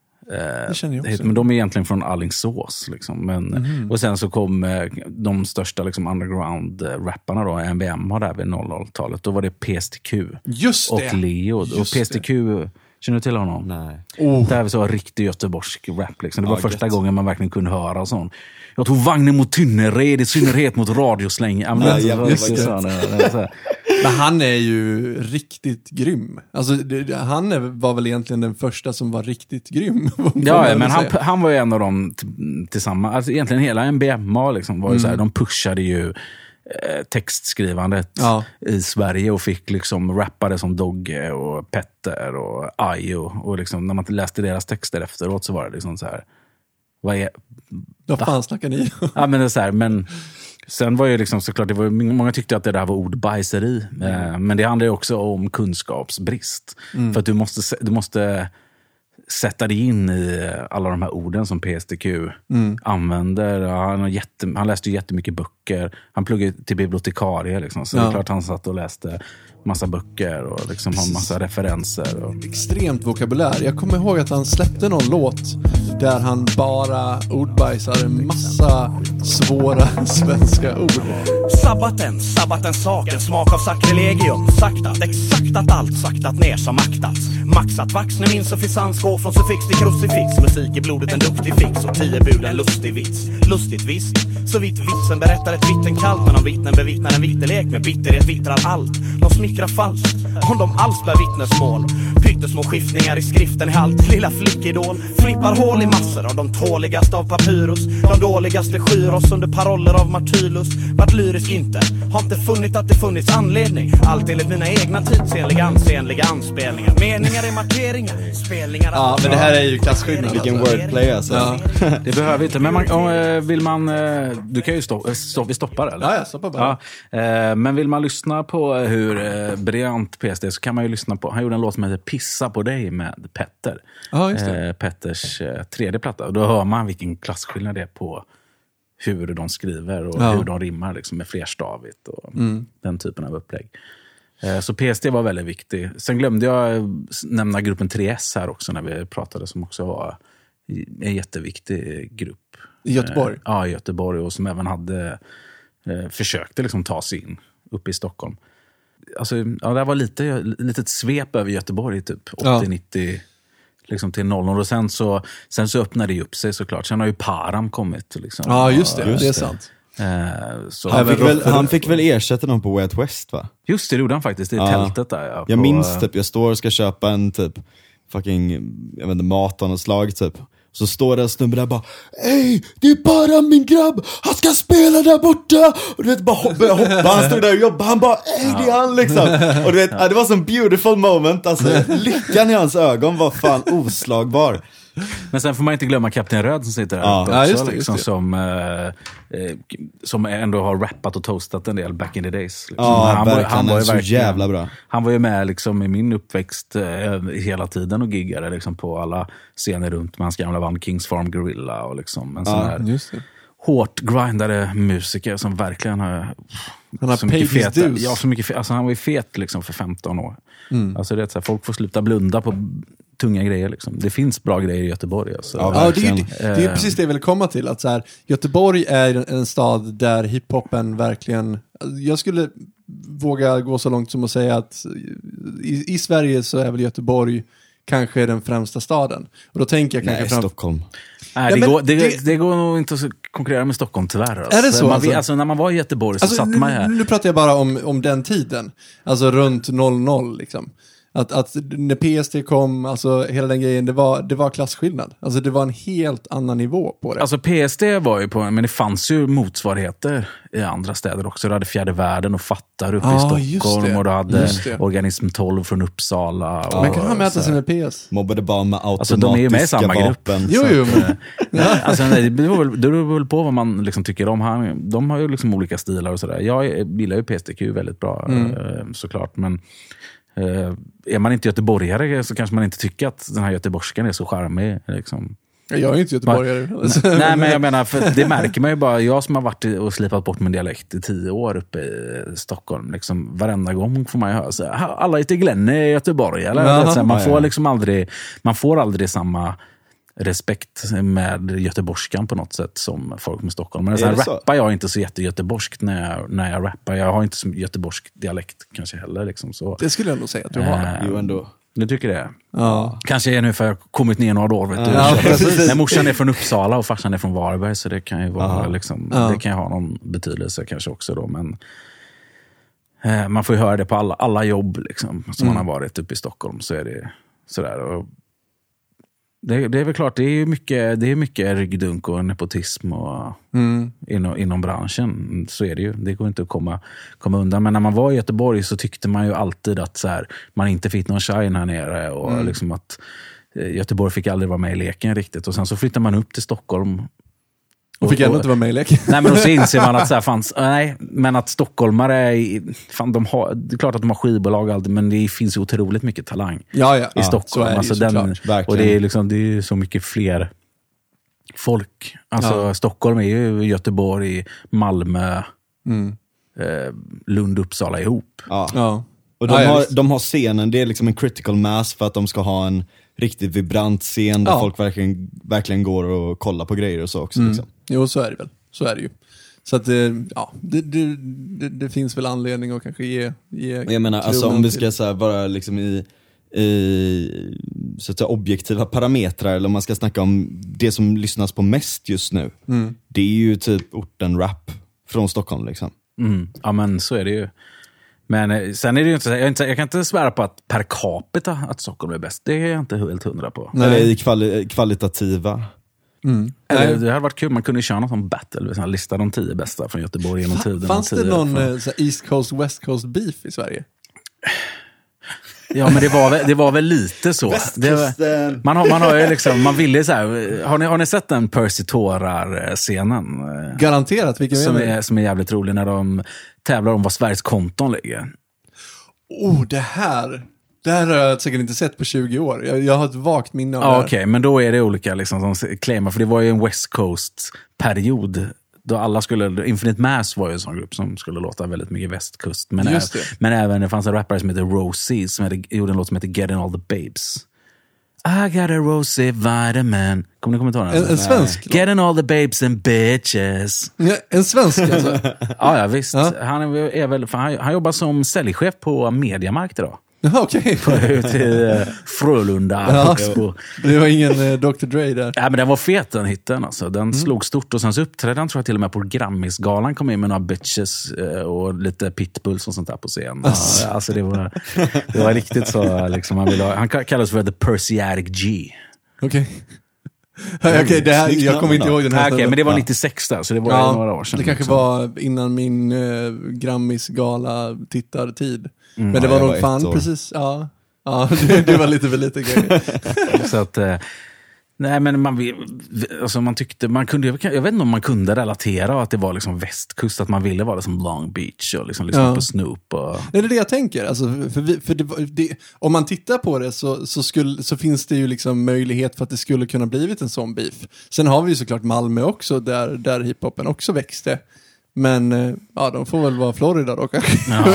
eh, Det känner jag också. men de är egentligen från Alingsås. Liksom. Men, Mhm. Och sen så kom eh, de största liksom, underground-rapparna då, N B M har där vid noll noll-talet. Då var det P S T Q Just och det. Leo. Och Just P S T Q, känner du till honom? Nej. Oh. Det här var så riktig göteborgsk rap. Liksom. Det var Ja, första gött. gången man verkligen kunde höra sån. Jag tog vagnen mot Tynnered, i synnerhet mot radiosläng. Ja, men Ja, det- jävlar, just vad det, gött. så, det- det- så här. Men han är ju riktigt grym. Alltså, det, det- han är, var väl egentligen den första som var riktigt grym. får man Ja, väl men han, säga. han var ju en av dem t- tillsammans. Alltså egentligen hela N B M A liksom var ju så här, de pushade ju eh, textskrivandet Ja. i Sverige och fick liksom rappare som Dogge och Petter och Ayo. Och liksom, när man läste deras texter efteråt så var det liksom så här, vad är... Vad fan snackar ni? Ja, men det är så här, men sen var ju liksom såklart, det var, många tyckte att det där var ordbajseri. Eh, men det handlar ju också om kunskapsbrist. För att du måste, se- du måste sätta dig in i alla de här orden som P S T Q använder. Ja, han, har jätte, han läste ju jättemycket böcker. Han pluggade till bibliotekarie liksom. Så Ja. det är klart han satt och läste massa böcker och liksom har massa referenser. Och... Extremt vokabulär. Jag kommer ihåg att han släppte någon låt där han bara ordbajsar en massa svåra svenska ord. Sabbaten, sabbatens saker, smak av sakrilegium. Saktat, exaktat allt, saktat ner som aktats. Maxat vaxne min suffisans, gå från suffix till krucifix. Musik i blodet, en duktig fix och tio bud, en lustig vits. Lustigt visst, så vitt vitsen berättar ett vittnen kallt. Men om vittnen bevittnar en vittelek med bitterhet vittrar allt. De smickrar falskt, om de alls bär vittnesmål. Pyttesmå skiftningar i skriften i allt. Lilla flickidol, flippar hål i massor av de tåligaste av papyrus. De dåligaste skyr oss under paroller av Martylus. Vart lyrisk inte, har inte funnit att det funnits anledning. Allt enligt mina egna tidsenliga ansenliga anspelningar. Meningar är markeringar, spelningar. Ja, men det här är ju klasskillnad. Vilken wordplay alltså. Ja, Det behöver inte, men man, om, eh, vill man... eh, Du kan ju stoppa, stopp, vi stoppar eller? ja, ja stoppa bara. Ja, eh, men vill man lyssna på hur eh, briljant P S D så kan man ju lyssna på, han gjorde en låt som heter Pissa på dig med Petter. Ja, just det. Eh, Petters eh, tredje platta. Och då hör man vilken klasskillnad det är på hur de skriver och Ja. hur de rimmar liksom, med flerstavigt och den typen av upplägg. Eh, så P S D var väldigt viktig. Sen glömde jag eh, nämna gruppen tre S här också när vi pratade, som också var en jätteviktig grupp. I Göteborg? Eh, ja, i Göteborg, och som även hade eh, försökte liksom ta sig in uppe i Stockholm. Alltså, ja, det var lite litet svep över Göteborg typ Ja. åttio nittio liksom till noll noll, och sen så, sen så öppnade det upp sig såklart. Sen har ju Param kommit liksom. Ja, just det. Just det är det. sant. Eh, så, Han fick, väl, Roffe- han fick väl ersätta någon på Way Out West, va? just det, det gjorde han faktiskt i Ja. tältet där. Ja, Jag på- minns typ, jag står och ska köpa en typ fucking, jag vet inte, mat av något slag typ. Så står det en snubbe där bara, ey, det är bara min grabb, han ska spela där borta. Och du vet, bara hoppa, börjar hoppa, han stod där och jobbade, han bara, ey, det är han liksom. Och du vet, ja, det var sån beautiful moment, alltså lyckan i hans ögon var fan oslagbar. Men sen får man inte glömma Kapten Röd som sitter där Ja. uppe Ja, också, just det, just liksom, det. som, eh, eh, som ändå har rappat och toastat en del back in the days. Liksom. Ja, han, var, verkligen, han var han ju är så verkligen, jävla bra. Han var ju med liksom, i min uppväxt eh, hela tiden och giggade liksom, på alla scener runt med hans gamla band Kings Farm Gorilla och liksom, en sån här Just det. hårt grindade musiker som verkligen har... Han har så mycket paid his fet, dues. ja, så mycket fet, alltså han var ju fet liksom för femton år. Mm. Alltså det är så här, folk får sluta blunda på tunga grejer liksom. Det finns bra grejer i Göteborg alltså. Ja, Ja, det är, verkligen. ju- det är precis det jag vill komma till. Att så här, Göteborg är en stad där hiphopen verkligen... Jag skulle våga gå så långt som att säga att i, i Sverige så är väl Göteborg kanske den främsta staden. Och då tänker jag kanske Nej, fram... Stockholm. Nej, Ja, det, men går, det, det- det går nog inte att konkurrera med Stockholm tyvärr. Alltså. Är det så, Man, alltså? alltså, när man var i Göteborg så Alltså, satt nu, man här. nu pratar jag bara om, om den tiden. Alltså runt noll noll liksom. Att, att när P S T kom, alltså hela den grejen, det var, det var klasskillnad. Alltså det var en helt annan nivå på det. Alltså P S D var ju på, men det fanns ju motsvarigheter i andra städer också. Du hade Fjärde Världen och Fattar uppe Ja, i just Stockholm, det. och du hade Just det. Organism tolv från Uppsala. Och, Men kan han mäta så sig här. med P S? Mobbade barn med automatiska Alltså, de är ju med i samma grupp. vapen. Jo, så jo, att, men... Nej, alltså, nej, det beror väl, det beror väl på vad man liksom tycker om. Han, de har ju liksom olika stilar och sådär. Jag gillar ju P S D Q väldigt bra, Mm. eh, såklart. Men Uh, är man inte göteborgare så kanske man inte tycker att den här göteborgskan är så charmig. Liksom. Jag är inte göteborgare. Nej, nej, men jag menar, för det märker man ju bara. Jag som har varit och slipat bort min dialekt i tio år uppe i Stockholm. Liksom, varenda gång får man ju höra så här, alla heter Glenn i Göteborg. Eller? Ja, så här, man, får liksom aldrig, man får aldrig samma respekt med göteborgskan på något sätt som folk med Stockholm. Men sen rappar jag inte så jättegöteborgskt när jag, när jag rappar. Jag har inte så göteborgsk dialekt kanske heller. Liksom, så. Det skulle jag nog säga att du har. Äh, jo, ändå. Du tycker det? Ja. Kanske är nu för jag har kommit ner några år. Vet du. Ja, men morsan är från Uppsala och farsan är från Varberg, så det kan ju vara liksom, ja. det kan ju ha någon betydelse kanske också då. Men eh, man får ju höra det på alla, alla jobb liksom, som mm. man har varit uppe i Stockholm, så är det sådär. Och det, det är väl klart, det är mycket, det är mycket ryggdunk och nepotism och mm. inom, inom branschen. Så är det ju. Det går inte att komma, komma undan. Men när man var i Göteborg så tyckte man ju alltid att så här, man inte fick någon shine här nere. Och mm. liksom att Göteborg fick aldrig vara med i leken riktigt. Och sen så flyttar man upp till Stockholm. Och fick ändå inte vara med i leken. Nej, men då så inser man att så här fanns, nej, men att stockholmare, fan, de har, det är klart att de har skivbolag och allt, men det finns ju otroligt mycket talang ja, ja. i Stockholm. Ja, så är det ju, alltså den, och det är liksom, det är så mycket fler folk. Alltså ja. Stockholm är ju Göteborg, Malmö, mm. eh, Lund, Uppsala ihop. Ja. Ja. Och de, ja, har, de har scenen, det är liksom en critical mass för att de ska ha en riktigt vibrant scen där ja. folk verkligen, verkligen går och kollar på grejer och så också. Mm. Liksom. Jo, så är det väl. Så är det ju. Så att ja, det, det, det, det finns väl anledning att kanske ge... ge jag menar, alltså om vi ska så här, vara liksom i, i så att säga, objektiva parametrar, eller om man ska snacka om det som lyssnas på mest just nu. Mm. Det är ju typ orten rap från Stockholm liksom. Mm. Ja, men så är det ju. Men sen är det ju inte, jag, inte, jag kan inte svära på att per capita att Stockholm är bäst. Det är jag inte helt hundra på. Nej. Eller i kvali- kvalitativa. Mm. Eller, det hade varit kul, man kunde köra någon sån battle, lista de tio bästa från Göteborg genom tiden. Fanns det någon från... så East Coast, West Coast beef i Sverige? Ja, men det var väl, det var väl lite så. Det var, man, har, man har ju liksom, man ville så här, har ni, har ni sett den Percy Tårar-scenen? Garanterat, vilken som är, som är jävligt rolig när de tävlar om vad Sveriges konton ligger. Oh, det här... Det här har jag säkert inte sett på tjugo år. Jag, jag har ett vagt minne av ja, det här. Okej, okay, men då är det olika liksom, som claimar, för det var ju en West Coast-period då alla skulle, Infinite Mass var ju en sån grupp som skulle låta väldigt mycket västkust. Men, ä, men även det fanns en rappare som heter Rosie som hade, gjorde en låt som heter Getting All The Babes. I got a Rosie vitamin. Kommer ni komma ihåg den? En, en svensk? Getting all the babes and bitches. Ja, en svensk alltså? ja, ja, visst. Ja. Han, är, är väl, han, han jobbar som säljchef på Mediamarkt idag. Jaha, okej. Okay. Till uh, Frölunda. Ja, det var ingen uh, doktor Dre där. Ja, men den var fet, den hitten. Alltså. Den mm. slog stort och sen så uppträdde han, tror jag, till och med på Grammisgalan, kom in med några bitches uh, och lite pitbulls och sånt där på scen. Alltså, ja, alltså det var, det var riktigt så liksom, han, ville ha, han kallades för The Persiatic G. Okej. Okay. Okej, okay, det här, jag kommer inte ihåg den här. Okej, okay, men det var nittiosex där, så det var ja, några år sedan. Det kanske liksom. var innan min uh, Grammisgala tittartid. Mm, men det var nog fan precis, ja. Ja, det, det var lite för lite grejer. Så att, eh, nej men man, alltså man tyckte, man kunde, jag vet inte om man kunde relatera att det var liksom västkust, att man ville vara som Long Beach och liksom, liksom ja. på Snoop. Och... Det är det jag tänker, alltså, för, vi, för det, det, om man tittar på det så, så, skulle, så finns det ju liksom möjlighet för att det skulle kunna blivit en sån beef. Sen har vi ju såklart Malmö också, där, där hiphopen också växte. Men ja, de får väl vara Florida då kanske. Ja.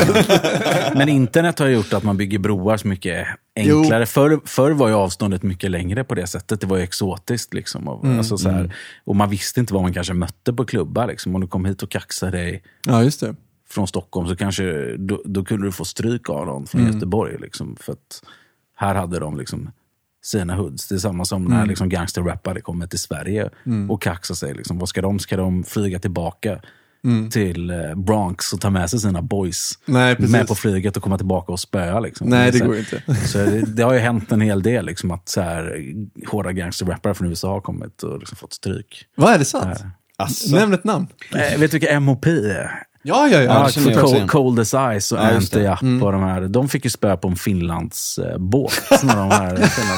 Men internet har gjort att man bygger broar så mycket enklare. Förr, förr var ju avståndet mycket längre på det sättet. Det var ju exotiskt liksom. Och, mm, alltså, så här, mm. och man visste inte vad man kanske mötte på klubbar. Liksom. Om du kom hit och kaxade dig ja, just det. från Stockholm så kanske då, då kunde du få stryk av dem från mm. Göteborg. Liksom, för att här hade de liksom sina hoods. Det är samma som mm. när liksom, gangsterrappare kommer till Sverige mm. och kaxar sig. Liksom. Vad ska de? Ska de flyga tillbaka Mm. till Bronx och ta med sig sina boys Nej, med på flyget och komma tillbaka och spöa liksom. Nej, det går inte. Så det, det har ju hänt en hel del liksom, att så här, hårda gangsterrappare från U S A har kommit och liksom fått stryk. Vad är det sant? Alltså. Nämn ett namn. Äh, vet du vilka M O P är? Ja, ja, ja. ja cold, cold as Ice och ja, Anti-Up mm. och de här. De fick ju spö på en Finlands eh, båt. de här,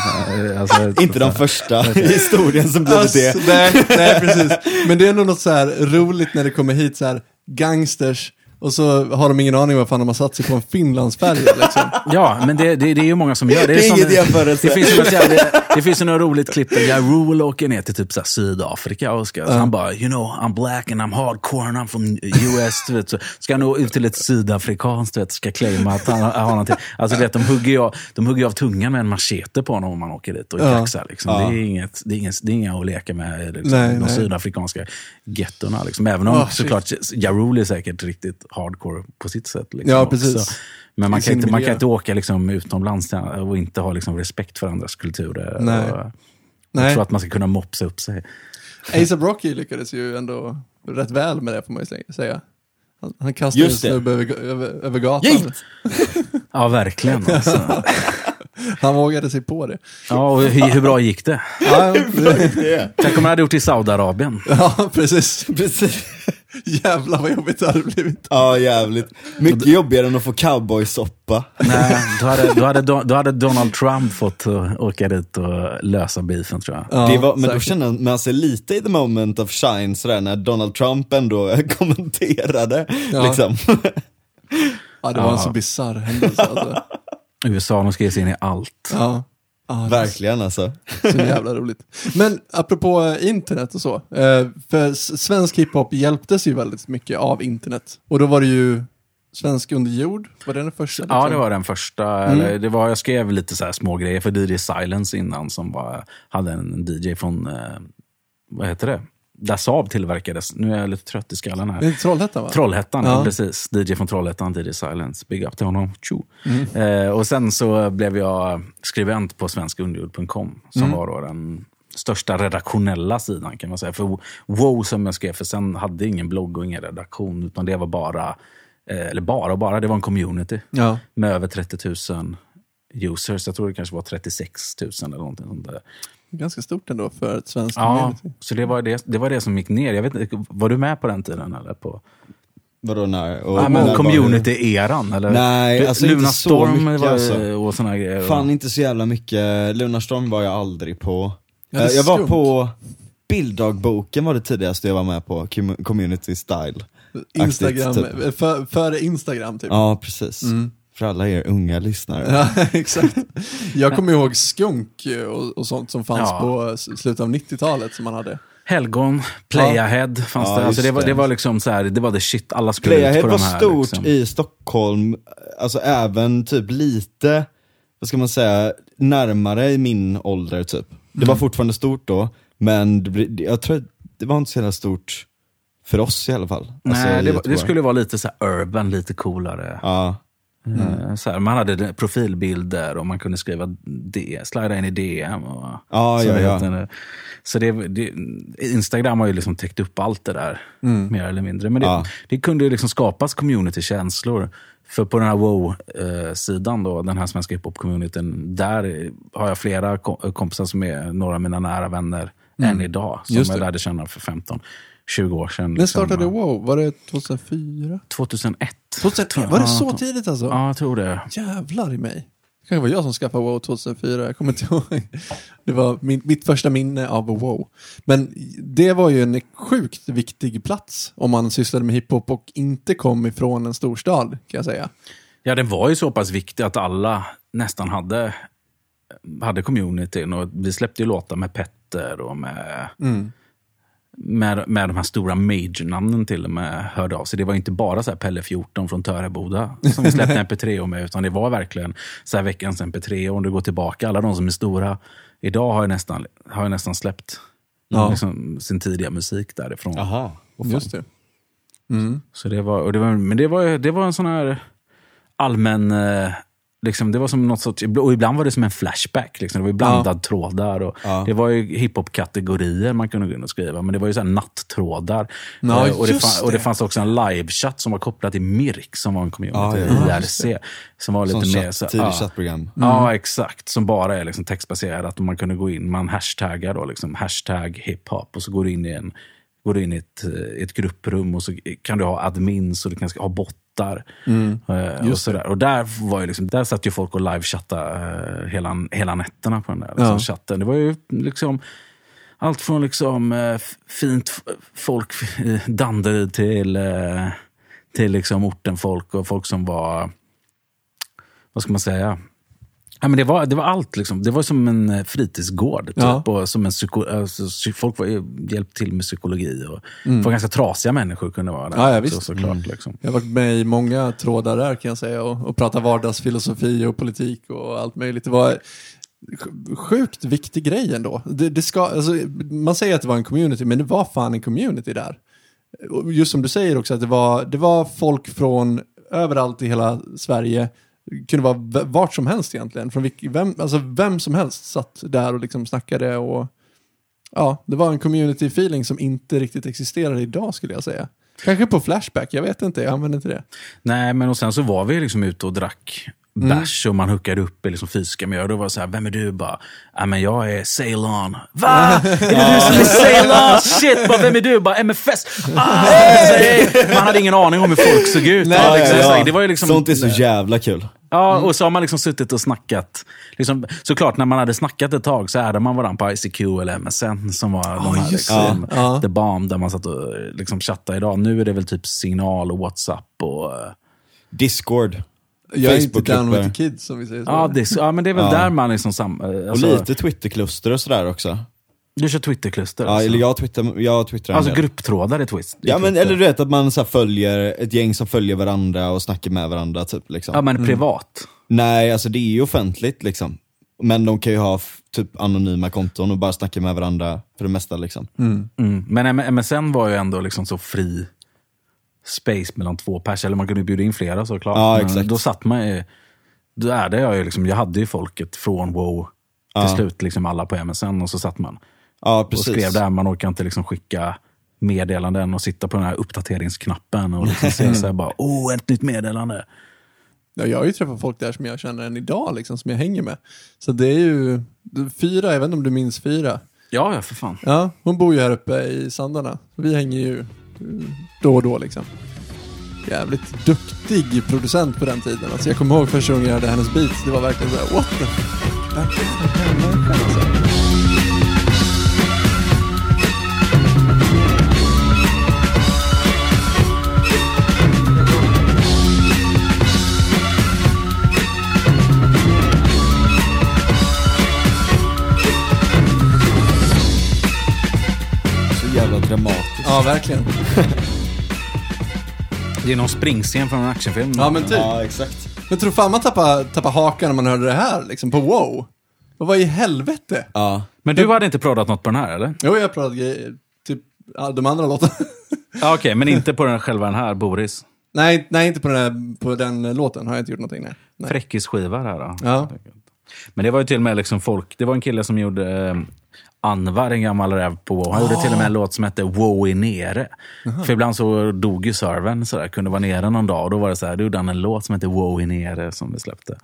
alltså, inte de första i historien som blev alltså, det. Nej, nej, precis. Men det är nog något så här roligt när det kommer hit så här gangsters Och så har de ingen aning vad fan de har satt sig på en Finlandsfärja liksom. Ja, men det, det, det är ju många som gör det. Det är som, inget jämförelse. Det finns ju något jävla, det finns ju något roligt klipp där Ja Rule åker ner till typ så här Sydafrika och ska, så han bara, you know, I'm black and I'm hardcore and I'm from U S, du vet, så ska han nå ut till ett sydafrikanskt, du vet, ska claima att han har någonting. Alltså vet, de hugger ju, de hugger av tungan med en machete på honom om man åker dit och Ja. kaxar liksom. Ja. Det är inget, det är inget, det är inga att leka med liksom, Nej, de nej. sydafrikanska gettorna liksom. Även om Oh, såklart Ja Rule är säkert riktigt hardcore på sitt sätt liksom, Ja, precis. också. Men man I kan, sin inte, man miljö. kan inte åka liksom utomlands och inte ha liksom respekt för andras kulturer. Nej. Och, Nej. jag tror att man ska kunna mopsa upp sig. A$AP Rocky lyckades ju ändå rätt väl med det, får man ju säga. Han, han kastade en Just det. snubbe över, över, över gatan. Yeet! Ja, verkligen. Alltså. Han vågade sig på det. Ja, och hur, hur bra gick det? Ja, Det är. Tänk om man hade gjort i Saudiarabien. ja precis. Precis. Jävlar vad jobbigt det hade blivit. Ja, jävligt. Mycket jobbigare än att få cowboysoppa. Nej, då hade, då, hade, då hade Donald Trump fått uh, åka dit och lösa beefen, tror jag. Ja, Det var, men då säkert. kände man sig lite i the moment of shine sådär, när Donald Trump ändå kommenterade. Ja. Liksom. Ja, det var en Ja. så bizarr händelse. Alltså. U S A, de ska ge sig in i allt. Ja. Ja, det är Verkligen alltså. så jävla roligt. Men apropå eh, internet och så. Eh, för s- svensk hiphop hjälptes ju väldigt mycket av internet. Och då var det ju Svensk under jord. Var det den första? Ja, liksom? det var den första. Eller, det var, jag skrev lite så här små grejer för D J Silence innan, som var, hade en D J från, eh, vad heter det? Där Saab tillverkades. Nu är jag lite trött i skallen här. Det är Trollhättan, va? Trollhättan, Ja. ja. Precis. D J från Trollhättan, D J Silence. Big up till honom. Mm. Eh, och sen så blev jag skribent på svensk underjord punkt com, som Mm. var då den största redaktionella sidan, kan man säga. För Wow, som jag skrev, för sen hade ingen blogg och ingen redaktion, utan det var bara, eh, eller bara och bara, det var en community Ja. med över trettio tusen users. Jag tror det kanske var trettiosex tusen eller någonting sånt där. Ganska stort ändå för ett svenskt Ja, community. så det var det, det var det som gick ner. Jag vet inte, var du med på den tiden eller på? Vadå när? Och, Ja, men när community-eran, eller? Nej, Du- alltså Luna inte så Storm mycket, var, alltså. och såna grejer. var- Fan inte så jävla mycket. Lunarstorm var jag aldrig på. Ja, det är Eh, jag var skumt. på Bilddagboken, var det tidigaste jag var med på. Com- Community style. Instagram, Aktigt, typ. för, före Instagram typ. Ja, precis. För alla er unga lyssnare. Ja, exakt. Jag kommer ihåg skunk och, och sånt som fanns Ja. på s- slutet av nittiotalet som man hade. Helgon, Playahead fanns Ja, det. Alltså just det, var, det. det var liksom så här, det var det shit, alla skulle ut Playahead på var de här. stort liksom. i Stockholm, alltså även typ lite, vad ska man säga, närmare i min ålder typ. Det var fortfarande stort då, men det, blir- jag tror att det var inte så jävla stort för oss i alla fall. Alltså, Nej, i det, var, Göteborg. det skulle vara lite så här urban, lite coolare. Ja, Eh, Så här, man hade profilbilder och man kunde skriva D, slida in i D M. Och, Ja, så ja, det ja. heter det. Så det, det, Instagram har ju liksom täckt upp allt det där, mer eller mindre. Men det, Ja. det kunde ju liksom skapas community-känslor. För på den här Wow-sidan då, den här svenska hiphop-communityn, där har jag flera ko- kompisar som är några av mina nära vänner än idag. Som Just jag det. lärde känna för femton tjugo år sedan. När startade Wow? Var det tjugohundrafyra? tjugohundraett. tjugohundraett? Var det så Ja, tidigt alltså? Ja, jag tror det. Jävlar i mig. Det kanske var jag som skaffade WoW tjugohundrafyra, jag kommer inte ihåg. Det var min, mitt första minne av WoW. Men det var ju en sjukt viktig plats om man sysslade med hiphop och inte kom ifrån en storstad, kan jag säga. Ja, den var ju så pass viktig att alla nästan hade, hade communityn. Och vi släppte ju låtar med Petter och med, med, med de här stora major-namnen till och med hörde av sig. Det var inte bara så här Pelle fjorton från Töreboda som vi släppte M P tre med, utan det var verkligen så här veckans M P tre. Och om du går tillbaka, alla de som är stora idag har ju nästan, har ju nästan släppt Ja. liksom, sin tidiga musik därifrån. aha. Just det. Så det var, och det var, men det var, det var en sån här allmän, eh, liksom, det var som något sorts, och ibland var det som en flashback, liksom, det var ju blandad trådar och Ja. det var ju hiphop-kategorier man kunde gå in och skriva, men det var ju så här nattrådar. Ja, Eh, och, det just fann, och det det. fanns också en livechatt som var kopplad till Mirk, som var en community, Ja, ja, ja. I R C, som var lite Som mer chatt, så, tidigt ja. chattprogram. Ja, exakt. Som bara är liksom textbaserat. Och man kunde gå in, man hashtaggar då liksom, hashtag hiphop. Och så går du in i, en, går du in i ett, eh, ett grupprum och så kan du ha admins och du kan ha bottar. Eh, och, sådär. Och där var ju liksom, där satt ju folk och livechattade eh, hela, hela nätterna på den där liksom, Ja. chatten. Det var ju liksom allt från liksom eh, f- fint f- folk i Danderyd till... Eh, till liksom ortenfolk och folk som var, vad ska man säga, ja, men det var, det var allt liksom. Det var som en fritidsgård typ, Ja. och som en psyko, alltså, folk var hjälpt till med psykologi och Mm. för ganska trasiga människor kunde vara där. Ja, ja, så, visst. såklart, Mm. liksom. Jag har varit med i många trådar där kan jag säga och, och prata vardagsfilosofi och politik och allt möjligt. Det var sjukt viktig grej ändå. Det, det ska, alltså, man säger att det var en community, men det var fan en community där. Och just som du säger också, att det var, det var folk från överallt i hela Sverige. Det kunde vara v- vart som helst egentligen. Från vilk, vem, alltså vem som helst satt där och liksom snackade. Och, ja, det var en community feeling som inte riktigt existerar idag skulle jag säga. Kanske på Flashback, jag vet inte, jag använder inte det. Nej, men och sen så var vi liksom ute och drack bärs och man hookade upp i liksom fysiska miljöer. Då var det så här, vem är du? Bara, ja men jag är Ceylon. Va? Är det du som är Ceylon? Shit, bara, vem är du? Bara M F S. Ah, hey. Man hade ingen aning om hur folk såg ut. Nej, ja, liksom, ja, ja. Det var ju liksom, Sånt är så jävla kul. ja, och så har man liksom suttit och snackat. Liksom, såklart, när man hade snackat ett tag så hade man varandra på I C Q eller M S N som var de här, just liksom, det. Ja. The Bomb där man satt och liksom chattade idag. Nu är det väl typ Signal och WhatsApp och... Discord. Jag är inte down Facebookgrupper. with the kids som vi säger så. Ja, det, ja, men det är väl Ja. där man liksom sam, Och alltså, lite Twitterkluster och sådär också. du kör Twitterkluster. Ja, alltså. eller jag twittrar, jag twittrar en Alltså del. grupptrådar i Twist. i Ja, men Twitter. eller du vet att man så här följer ett gäng som följer varandra och snackar med varandra typ liksom. Ja, men privat. Nej, alltså det är ju offentligt liksom. Men de kan ju ha f- typ anonyma konton och bara snacka med varandra för det mesta liksom. Mm. Men M- M S N var ju ändå liksom så fri space mellan två pers. Eller man kunde bjuda in flera såklart. Ja, Men exakt. då satt man ju... Då är det jag ju liksom... Jag hade ju folket från WoW till Ja. slut liksom alla på M S N och så satt man Ja, och precis. skrev där. Man orkar inte liksom skicka meddelanden och sitta på den här uppdateringsknappen och liksom se så här bara, oh, ett nytt meddelande. Ja, jag har ju träffat folk där som jag känner än idag, liksom, som jag hänger med. Så det är ju fyra, jag vet inte om du minns fyra. Ja, ja, för fan. Ja, hon bor ju här uppe i Sandarna. Vi hänger ju då och då liksom. Jävligt duktig producent på den tiden. Alltså jag kommer ihåg första gången jag hörde hennes beats. Det var verkligen så här, what the fuck? Vem är den här människan, alltså? Så jävla dramatiskt. Ja, verkligen. Det är någon springscen från en actionfilm. Ja, men typ. Ja, exakt. Men tror fan man tappar, tappar hakan när man hörde det här liksom på WoW. Vad var i helvete? Ja. Men du hade inte proddat något på den här, eller? Jo, jag pratade grejer, typ ja, de andra låtarna. Ja, okej, men inte på den själva den här, Boris. nej, nej, inte på den, här, på den låten har jag inte gjort någonting. Nej. nej. Fräckisskiva här då. Ja. Men det var ju till och med liksom folk, det var en kille som gjorde eh, Anvar, en gammal räv på WoW. Han gjorde till och med en låt som hette WoW är nere. För ibland så dog ju servern sådär, kunde vara nere någon dag och då var det så här, du gjorde en låt som hette WoW är nere som vi släppte.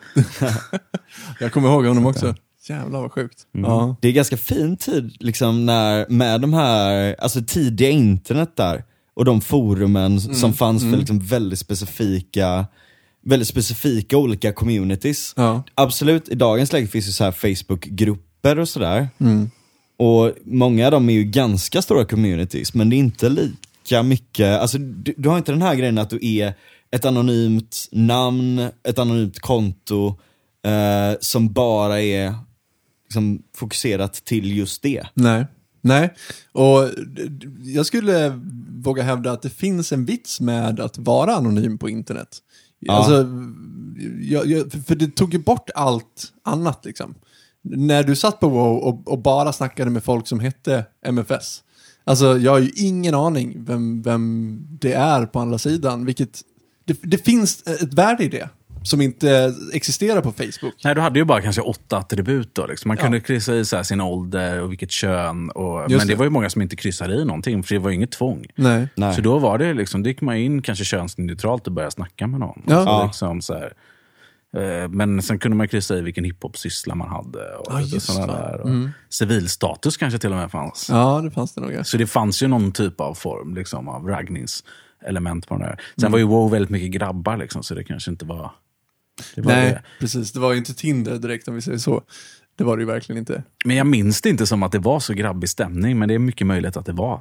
Jag kommer ihåg honom också. Jävlar vad sjukt. Mm. Ja. Det är ganska fin tid liksom när, med de här, alltså tidiga internet där och de forumen som fanns för liksom väldigt specifika väldigt specifika olika communities. Ja. Absolut, i dagens läge finns ju så här Facebook-grupper och sådär. Mm. Och många av dem är ju ganska stora communities, men det är inte lika mycket, alltså du, du har inte den här grejen att du är ett anonymt namn, ett anonymt konto eh, som bara är liksom fokuserat till just det. Nej. Nej, och d- d- jag skulle våga hävda att det finns en vits med att vara anonym på internet. Ja. Alltså, jag, jag, för det tog ju bort allt annat liksom. När du satt på WoW och, och bara snackade med folk som hette M F S. Alltså jag har ju ingen aning vem, vem det är på andra sidan. Vilket, det, det finns ett värde i det som inte existerar på Facebook. Nej, du hade ju bara kanske åtta attribut då. Liksom. Man Ja. kunde kryssa i så här, sin ålder och vilket kön. Och, Just men det det. var ju många som inte kryssade i någonting, för det var ju inget tvång. Nej. Nej. Så då var det liksom, då gick man in kanske könsneutralt och började snacka med någon. Ja. Så Ja. liksom, så här, eh, men sen kunde man kryssa i vilken hiphop-syssla man hade. Och Ja, lite just sådana det. där. Och Mm. civilstatus kanske till och med fanns. Ja, det fanns det nog. Så det fanns ju någon typ av form liksom, av raggningselement på den där. Sen Mm. var ju WoW väldigt mycket grabbar, liksom, så det kanske inte var... Det var Nej, det. precis. Det var ju inte Tinder direkt om vi säger så. Det var det ju verkligen inte. Men jag minns det inte som att det var så grabbig stämning, men det är mycket möjligt att det var.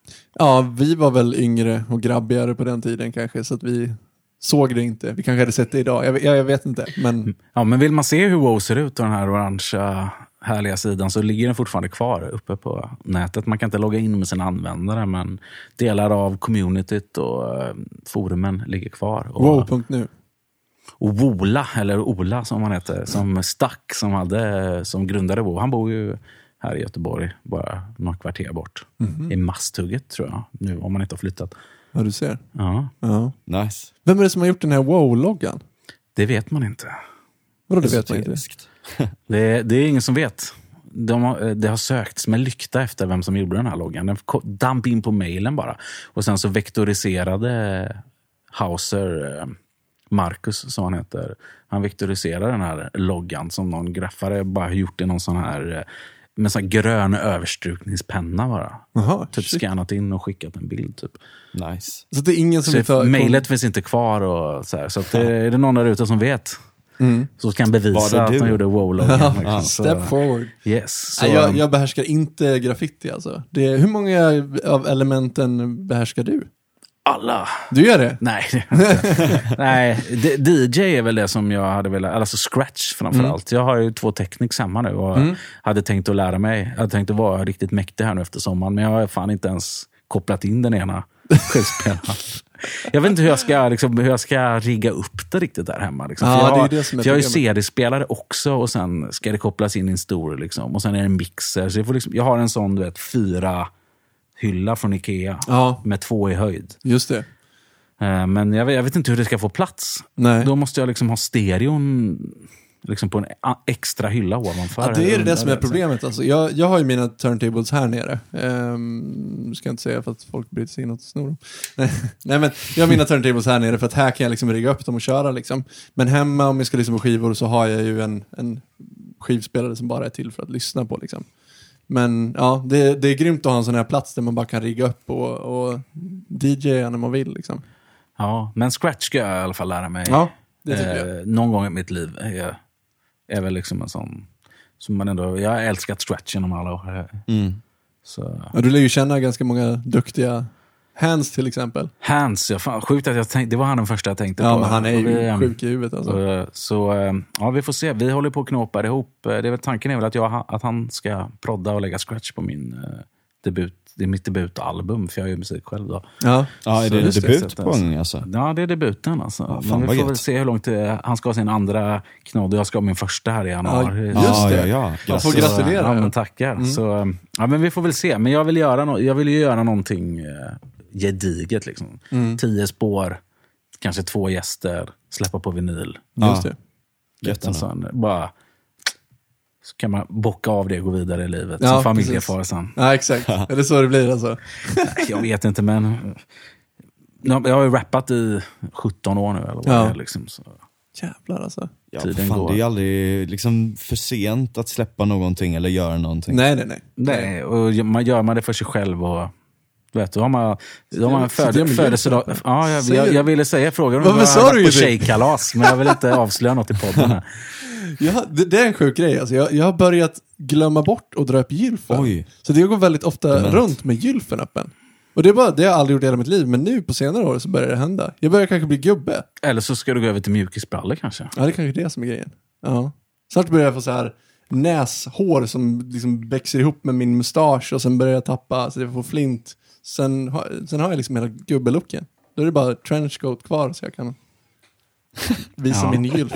Ja, vi var väl yngre och grabbigare på den tiden kanske, så att vi såg det inte. Vi kanske hade sett det idag, jag, jag, jag vet inte. Men... Ja, men vill man se hur WoW ser ut och den här orangea härliga sidan, så ligger den fortfarande kvar uppe på nätet. Man kan inte logga in med sina användare, men delar av communityt och uh, forumen ligger kvar. Och, wow punkt nu. Och Wola, eller Ola som han heter, som Stack, som, hade, som grundade WoW. Han bor ju här i Göteborg, bara några kvarter bort. Mm-hmm. I Masthugget, tror jag, nu om man inte har flyttat. Ja, du ser. Ja. Ja. Nice. Vem är det som har gjort den här WoW-loggan? Det vet man inte. Vadå, det vet man inte? Det, det är ingen som vet. De har, det har sökts med lykta efter vem som gjorde den här loggan. Den damp in på mailen bara. Och sen så vektoriserade Hauser, Marcus som han heter, han vektoriserade den här loggan som någon graffare bara gjort i någon sån här med sån här grön överstrukningspenna bara. Aha, typ shit. Skannat in och skickat en bild typ. Nice. Så det är ingen som så tar... mailet finns inte kvar och så här. Så att det, är det någon där ute som vet, mm. så kan bevisa att de gjorde WoW-loggan. Ja, step forward. Yes. Så, Nej, jag, jag behärskar inte graffiti alltså. Det är, hur många av elementen behärskar du? alla. Du gör det? Nej. Nej, D J är väl det som jag hade velat, alltså scratch framförallt. Mm. Jag har ju två Technics hemma nu och mm. hade tänkt att lära mig. Jag hade tänkt att vara riktigt mäktig här nu efter sommaren, men jag har fan inte ens kopplat in den ena skivspelaren. Jag vet inte hur jag ska, liksom, hur jag ska rigga upp det riktigt där hemma. Liksom. Ja, för jag har, det är det som är för jag har ju problemet. C D-spelare också och sen ska det kopplas in i en stor liksom, och sen är det en mixer. Så jag, får liksom, jag har en sån, du vet, fyra hylla från Ikea Ja. med två i höjd. Just det. Uh, men jag vet, jag vet inte hur det ska få plats. Nej. Då måste jag liksom ha stereon liksom på en extra hylla ovanför. Ja, det är det, det som är där, problemet. Alltså, jag, jag har ju mina turntables här nere. Um, ska jag inte säga för att folk bryter sig in och snor dem. Nej, nej, men jag har mina turntables här nere för att här kan jag liksom rigga upp dem och köra. Liksom. Men hemma om jag ska lyssna på skivor så har jag ju en, en skivspelare som bara är till för att lyssna på. Liksom. Men ja, det, det är grymt att ha en sån här plats där man bara kan rigga upp och, och D J när man vill. Liksom. Ja, men scratch ska jag i alla fall lära mig. Ja, det tycker eh, jag. Någon gång i mitt liv är, är väl liksom en sån som man ändå, jag har älskat scratch genom alla år. Mm. Så. Ja, du lär ju känna ganska många duktiga hands till exempel. Hans, ja, fan, sjukt att jag tänkte, det var han den första jag tänkte Ja, på. men han är ju vi, sjuk i huvudet alltså. Så, så ja, vi får se. Vi håller på att knåpa det ihop. Det är väl, tanken är väl att, jag, att han ska prodda och lägga scratch på min uh, debut. Det är mitt debutalbum, för jag gör musik själv då. Ja, Ja, är Så det just det, debut så på att- gång alltså? Ja, det är debuten alltså. Ja, fan men vi vad får gött. väl se hur långt det, han ska ha sin andra knodd och jag ska ha min första här i januari. Ja, just ja, det. ja, ja. Jag får Grattis. gratulera. Ja, men tackar. Mm. Så, ja, men vi får väl se. Men jag vill, göra no- jag vill ju göra någonting eh, gediget. Liksom. Mm. Tio spår, kanske två gäster, släppa på vinyl. Just det. Gött En ändå. sån, bara, så kan man bocka av det och gå vidare i livet. Ja, som familjefar sen. Ja, exakt. Är det så det blir alltså? Nej, jag vet inte, men jag har ju rappat i sjutton år nu. Eller vad Ja. det är, liksom, så. Jävlar alltså. Ja, Tiden fan, går. det är ju aldrig liksom för sent att släppa någonting eller göra någonting. Nej, nej, nej. Nej, och man gör man det för sig själv och du vet, då har man, då har man Så det är föd, med födelsedag. hjälp. Ja, jag, Säger jag, du? jag ville säga frågan om Varför jag sa har du varit på ju det? tjejkalas, men jag vill inte avslöja något i podden här. Ja, det, det är en sjuk grej. Alltså, jag, jag har börjat glömma bort att dra upp gylfen. Oj. Så det går väldigt ofta Dement. runt med gylfen öppen. Och det, är bara, det har jag aldrig gjort i hela mitt liv. Men nu på senare år så börjar det hända. Jag börjar kanske bli gubbe. Eller så ska du gå över till mjukisbrallor kanske. Ja, det är kanske det som är grejen. Ja. Snart börjar jag få så här näshår som liksom växer ihop med min mustasch. Och sen börjar jag tappa så det får flint. Sen, har- sen har jag liksom hela gubbelooken. Då är det bara trenchcoat kvar så jag kan visa Ja. min gylf.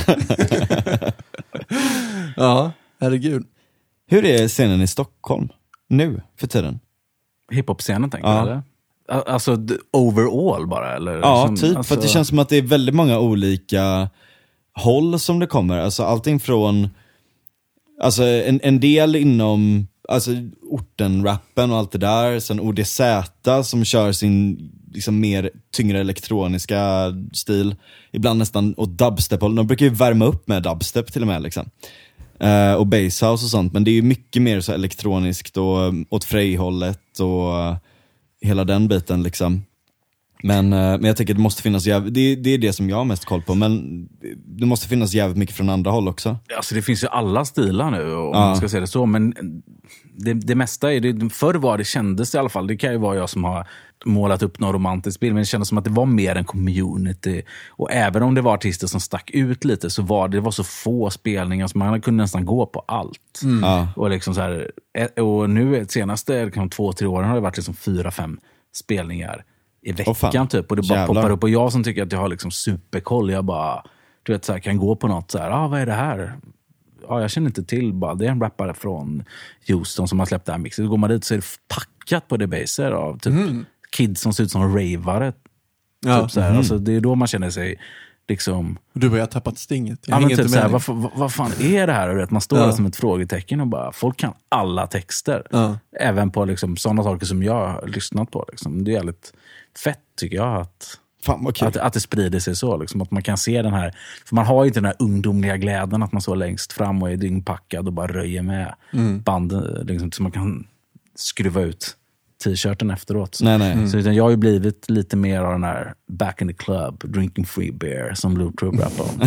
Ja, herregud. Hur är scenen i Stockholm nu för tiden? Hiphop-scenen tänker Ja. du, eller? Al- Alltså d- overall bara, eller? Ja, Som- typ. alltså, För att det känns som att det är väldigt många olika håll som det kommer. Alltså allting från alltså en, en del inom alltså orten-rappen och allt det där. Sen O D Z som kör sin liksom mer tyngre elektroniska stil. Ibland nästan åt dubstep. De brukar ju värma upp med dubstep till och med liksom. Eh, och basshouse och sånt. Men det är ju mycket mer så elektroniskt och um, åt Frey-hållet och uh, hela den biten liksom. Men, eh, men jag tänker det måste finnas jäv- det, det är det som jag har mest koll på. Men det måste finnas jävligt mycket från andra håll också. Alltså det finns ju alla stilar nu, om Ja. man ska säga det så. Men det, det mesta är det, förr var det kändes det i alla fall, det kan ju vara jag som har målat upp någon romantisk bild, men det kändes som att det var mer en community, och även om det var artister som stack ut lite så var det, det var så få spelningar så man kunde nästan gå på allt. Mm. Ja. Och liksom så här, och nu senaste liksom, två, tre åren har det varit liksom fyra, fem spelningar i veckan oh, typ, och det bara Jävlar. poppar upp, och jag som tycker att jag har liksom superkoll, jag bara du vet så här, kan gå på något så här, ah, vad är det här? Ja, jag känner inte till, bara det är en rappare från Houston som har släppt det här mixet. Så går man dit så är det packat på debaser av typ mm. kids som ser ut som ravare. Ja. Typ så här. Mm. Alltså, det är då man känner sig liksom... Du har tappat stinget. Jag ja, men typ inte så här, vad, vad, vad fan är det här? Vet, man står ja. där som ett frågetecken och bara, folk kan alla texter. Ja. Även på liksom, sådana saker som jag har lyssnat på. Liksom. Det är jävligt fett tycker jag att... Fan, vad kul. Att, att det sprider sig så, liksom, att man kan se den här, för man har ju inte den här ungdomliga glädjen att man står längst fram och är dyngpackad och bara röjer med mm. banden, liksom, så man kan skruva ut t-shirten efteråt. Så, nej, nej. Mm. så utan jag har ju blivit lite mer av den här back in the club, drinking free beer som Blue Troop rappar om.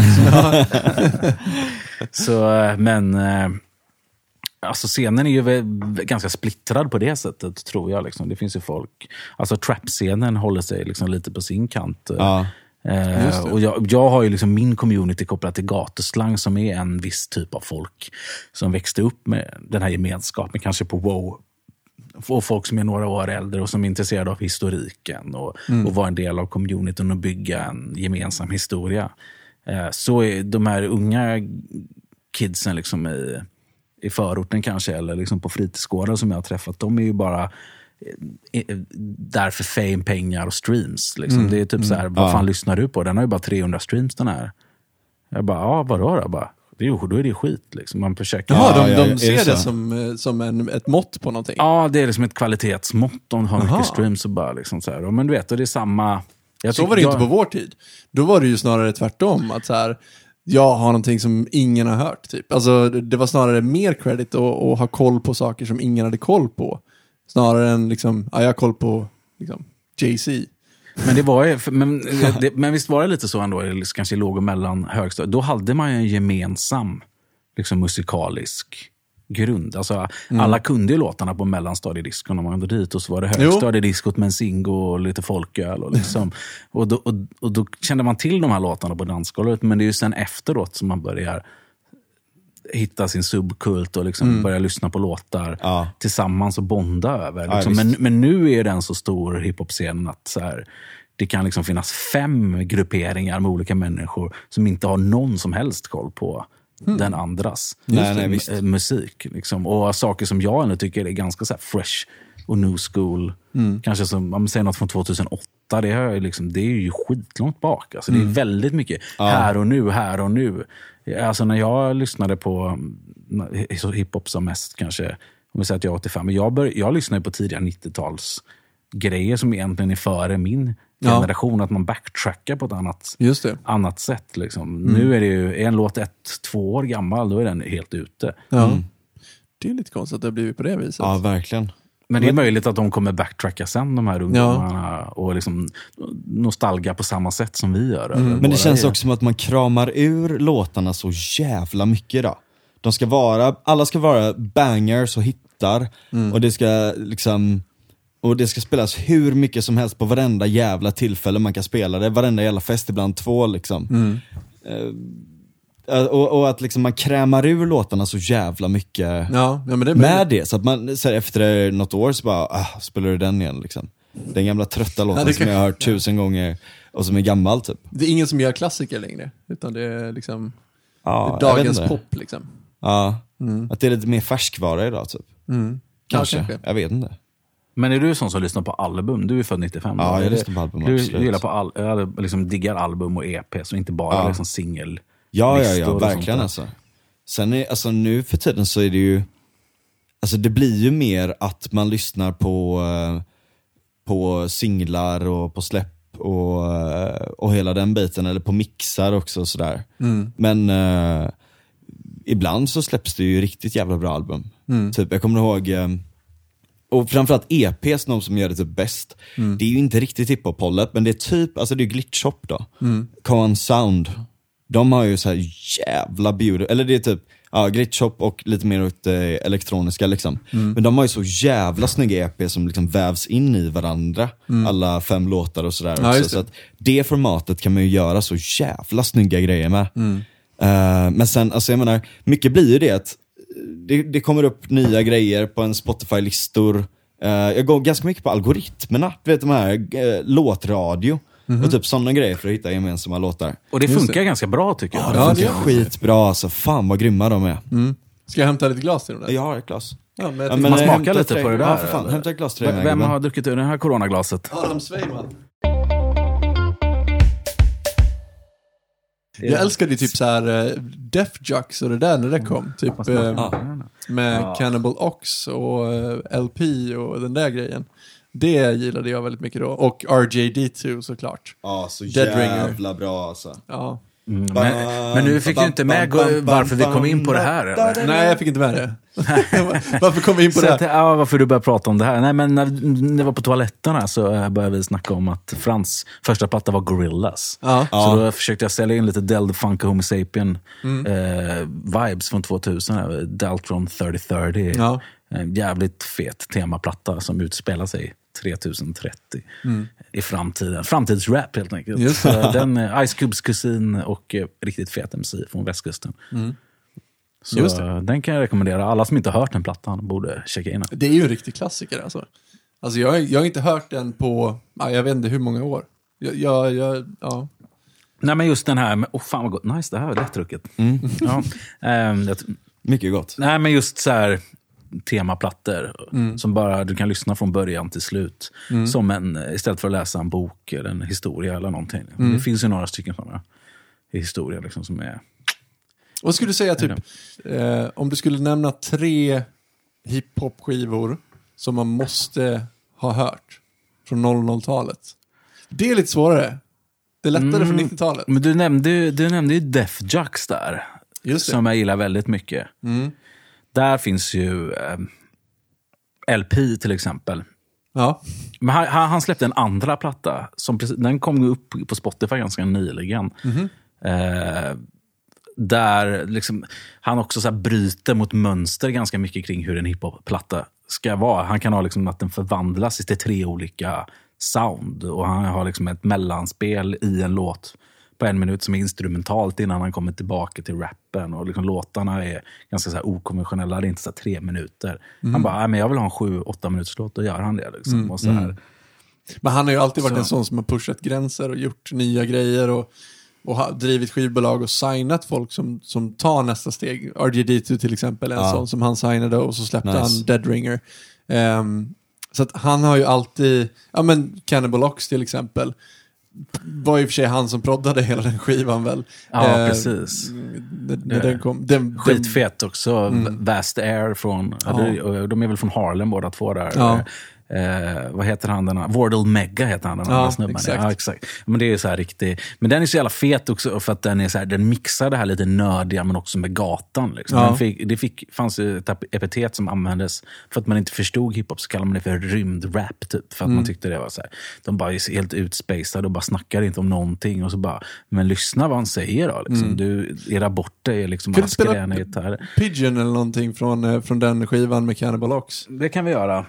Så, men alltså scenen är ju ganska splittrad på det sättet, tror jag. Liksom. Det finns ju folk... Alltså trap-scenen håller sig liksom lite på sin kant. Ja, eh, och jag, jag har ju liksom min community kopplat till gatuslang som är en viss typ av folk som växte upp med den här gemenskapen, kanske på WoW. Och folk som är några år äldre och som är intresserade av historiken och, mm. och vara en del av communityn och bygga en gemensam historia. Eh, så är de här unga kidsen liksom i... i förorten kanske, eller liksom på fritidsgårdar som jag har träffat, de är ju bara där för fame, pengar och streams. Liksom. Mm. Det är typ så här, vad fan ja. lyssnar du på? Den har ju bara trehundra streams den här. Jag bara, ja vadå då? Bara, det är ju, då är det skit. Liksom. Man försöker... Jaha, de, ja, de ser det, det som, som en, ett mått på någonting? Ja, det är liksom ett kvalitetsmått. De har Aha. mycket streams och bara liksom så här. Men du vet, och det är samma... Jag så var det jag... inte på vår tid. Då var det ju snarare tvärtom. Att så här... jag har någonting som ingen har hört typ. Alltså det var snarare mer credit att, att ha koll på saker som ingen hade koll på. Snarare än liksom, ja, jag har koll på liksom, Jay-Z. Men det var ju, men, det, men visst var det lite så ändå, kanske låg och mellan högstadiet. Då hade man ju en gemensam liksom musikalisk grund. Alltså mm. alla kunde ju låtarna på mellanstadiediskon när man var dit, och så var det högstadiediskot med en singo och lite folköl och liksom. och, då, och, och då kände man till de här låtarna på dansgolvet, men det är ju sen efteråt som man börjar hitta sin subkult och liksom mm. börja lyssna på låtar ja. tillsammans och bonda över. Liksom. Ja, men, men nu är den så stor hiphop-scenen att så här, det kan liksom finnas fem grupperingar med olika människor som inte har någon som helst koll på mm. den andras nej, nej, visst. musik. Liksom. Och saker som jag ändå tycker är ganska så här fresh och new school. Mm. Kanske som, om man säger något från tjugohundraåtta, det, har jag liksom, det är ju skitlångt bak. Alltså, mm. det är väldigt mycket ja. här och nu, här och nu. Alltså när jag lyssnade på hiphop som mest kanske, om vi säger att jag är åttiofem, men jag, bör, jag lyssnade på tidiga nittio-tals grejer som egentligen är före min generation, ja. att man backtrackar på ett annat, Just det. annat sätt. Liksom. Mm. Nu är det ju, är en låt ett, två år gammal, då är den helt ute. Ja. Mm. Det är lite konstigt att det har blivit på det viset. Ja, verkligen. Men det är möjligt att de kommer backtracka sen, de här ungdomarna, ja. och liksom nostalga på samma sätt som vi gör. Mm. Men det känns är. också som att man kramar ur låtarna så jävla mycket idag. De ska vara, alla ska vara bangers och hittar, mm. och det ska liksom, och det ska spelas hur mycket som helst på varenda jävla tillfälle man kan spela det, varenda jävla fest, ibland två liksom. Mm. Uh, Och, och att liksom man krämar ur låtarna så jävla mycket ja, ja, men det med det. Så att man så här, efter något år så bara, ah, spelar du den igen liksom. Den gamla trötta låten ja, som jag har hört tusen gånger och som är gammal typ. Det är ingen som gör klassiker längre, utan det är liksom ja, det är dagens pop liksom. Ja, mm. att det är lite mer färskvara idag typ. Mm. Kanske. Ja, kanske, jag vet inte. Men är du sån som lyssnar på album? Du är född nittiofem. Ja, då? jag lyssnar på album. Du, du gillar på all, jag liksom diggar album och E P, så inte bara ja. liksom singel. Ja, ja, ja, verkligen alltså. Sen är, alltså nu för tiden så är det ju, alltså det blir ju mer att man lyssnar på på singlar och på släpp och, och hela den biten, eller på mixar också och sådär. Mm. Men uh, ibland så släpps det ju riktigt jävla bra album. Mm. Typ, jag kommer ihåg, uh, och framförallt E P:s, de som gör det typ bäst. Mm. Det är ju inte riktigt hiphop-hållet, men det är typ, alltså det är glitchhop då. Mm. Con Sound. De har ju så här jävla beauty, eller det är typ ja, Gritchop och lite mer åt eh, elektroniska liksom. Mm. Men de har ju så jävla snygga E P som liksom vävs in i varandra. Mm. Alla fem låtar och sådär ja, också. Så att det formatet kan man ju göra så jävla snygga grejer med. Mm. Uh, men sen, alltså jag menar, mycket blir ju det att det, det kommer upp nya grejer på en Spotify-listor. Uh, jag går ganska mycket på algoritmerna, du vet de här uh, låtradio. Mm-hmm. Och typ sådana grejer för att hitta gemensamma låtar. Och det funkar det. ganska bra tycker jag. Ja, det ja, funkar det är skitbra alltså. Fan vad grymma de är. Mm. Ska jag hämta lite glas till dem där? Jag har ett glas. Ja, men ja, men man smakar lite tre... på det där. Ja, för fan. Hämta ett glas till dig. Vem, vem har druckit ur det här coronaglaset? Adam Sveiman. Jag älskade ju typ så här uh, Def Jux och det där när det kom. Typ uh, ah. med ah. Cannibal Ox och uh, L P och den där grejen. Det gillade jag väldigt mycket då. Och R J D två såklart. Ja, så Dead jävla Ringer. Bra alltså. Ja. Mm, men, men nu fick du inte med varför vi kom in på det här eller? Nej, jag fick inte med det. Varför kom vi in på det här? Att, ja, varför du började prata om det här? Nej, men när, när jag var på toaletterna så började vi snacka om att Frans första platta var Gorillaz. Ja. Så ja. Då försökte jag sälja in lite Del the Funky Homo Sapien mm. eh, vibes från tvåtusen. Daltron trettio trettio. Ja. En jävligt fet temaplatta som utspelar sig tretusen trettio mm. i framtiden. Framtidsrap helt enkelt. Just den är Ice Cubes kusin och eh, riktigt fet M C från västkusten. Mm. Så Just det. Den kan jag rekommendera. Alla som inte har hört den plattan borde checka in den. Det är ju en riktig klassiker alltså. Alltså jag, jag har inte hört den på, ja, jag vet inte hur många år. Jag, jag, jag ja. Nej men just den här, åh oh, fan vad gott. Nice, det här är lättdrucket. Mm. Ja. um, jag, Mycket gott. Nej men just så här temaplattor mm. som bara du kan lyssna från början till slut mm. som en, istället för att läsa en bok eller en historia eller någonting. Mm. Det finns ju några stycken sådana historier liksom som är. Vad skulle du säga typ eh, om du skulle nämna tre hiphop-skivor som man måste ha hört från noll noll-talet? Det är lite svårare. Det är lättare mm. från nittiotalet. Men du nämnde, du nämnde ju Def Jux där. Just det. Som jag gillar väldigt mycket. Mm. Där finns ju eh, L P till exempel. Ja. Men han, han släppte en andra platta. Som, den kom upp på Spotify ganska nyligen. Mm-hmm. Eh, där liksom, han också så här bryter mot mönster ganska mycket kring hur en hiphop-platta ska vara. Han kan ha liksom att den förvandlas till tre olika sound. Och han har liksom ett mellanspel i en låt på en minut som är instrumentalt innan han kommer tillbaka till rappen. Och liksom låtarna är ganska så här okonventionella. Det är inte så här tre minuter. Mm. Han bara, nej men jag vill ha en sju, åtta minuters låt. Och gör han det liksom. Mm. Och så här. Men han har ju alltid varit så. En sån som har pushat gränser och gjort nya grejer och, och har drivit skivbolag och signat folk som, som tar nästa steg. R J D två till exempel, en ja. sån som han signade och så släppte nice. han Dead Ringer. Um, så att han har ju alltid, ja men Cannibal Ox till exempel, var i och för sig han som proddade hela den skivan väl. Ja, eh, precis. När, när den kom. Den, skitfett också. Mm. Vast Air från, ja. de, de är väl från Harlem båda två där. Ja. Eh, vad heter han den här? Wardell Mega heter han den här ja, snubben. Exakt. Ja, exakt. Men det är så här riktigt. Men den är så jävla fet också för att den är så här, den mixar det här lite nördiga men också med gatan liksom. Ja. Den fick, det fick, fanns ju ett epitet som användes för att man inte förstod hiphop, så kallar man det för rymdrap typ, för att mm. man tyckte det var så här, de bara är helt utspacade och bara snackar inte om någonting och så bara, men lyssna vad han säger då liksom. Mm. Du, era borta är liksom bara skräna gitarr. Pigeon eller någonting från, från den skivan med Cannibal Ox? Det kan vi göra.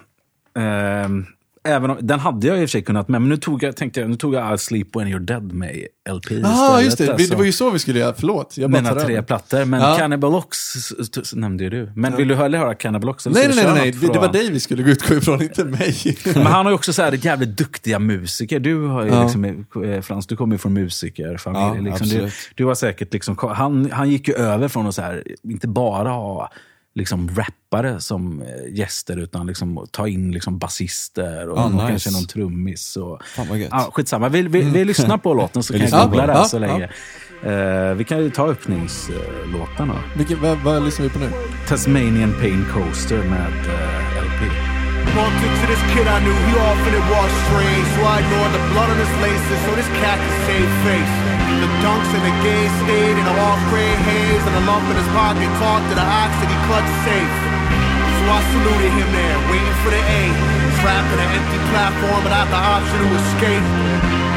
Uh, även om, den hade jag i och för sig kunnat med, men nu tog jag, tänkte jag, nu tog jag I Sleep When You're Dead med L P istället. Ja, just det. Alltså. Det var ju så vi skulle göra, förlåt. Jag menar tre plattor, men ja. Cannibal Ox nämnde ju du. Men ja. vill du höra, höra Cannibal Ox? Nej, nej, nej, nej. Det, det var dig vi skulle gå utgå ifrån, inte mig. Men han har ju också så här jävligt duktiga musiker. Du har ju ja. liksom, Frans, du kommer ju från musikerfamilj. Ja, liksom. du, du var säkert liksom, han, han gick ju över från att så här, inte bara ha liksom rappare som gäster utan liksom ta in liksom basister och, oh, och nice. kanske någon trummis och fan vad gött. Ja, skitsamma. Vi, vi, vi lyssnar på låten så kan jag googla det så länge. Ja. Uh, vi kan ju ta öppningslåten då. Vilken, vad, vad lyssnar vi på nu? Tasmanian Pain Coaster med uh, L P. Bumped into this kid I knew, he often it was strange. So I ignored the blood on his laces, so this cat can save face. The dunks and the gay stayed in a all gray haze, and a lump in his pocket talked to the ox that he clutched safe. So I saluted him there, waiting for the A. Trapped in an empty platform without the option to escape.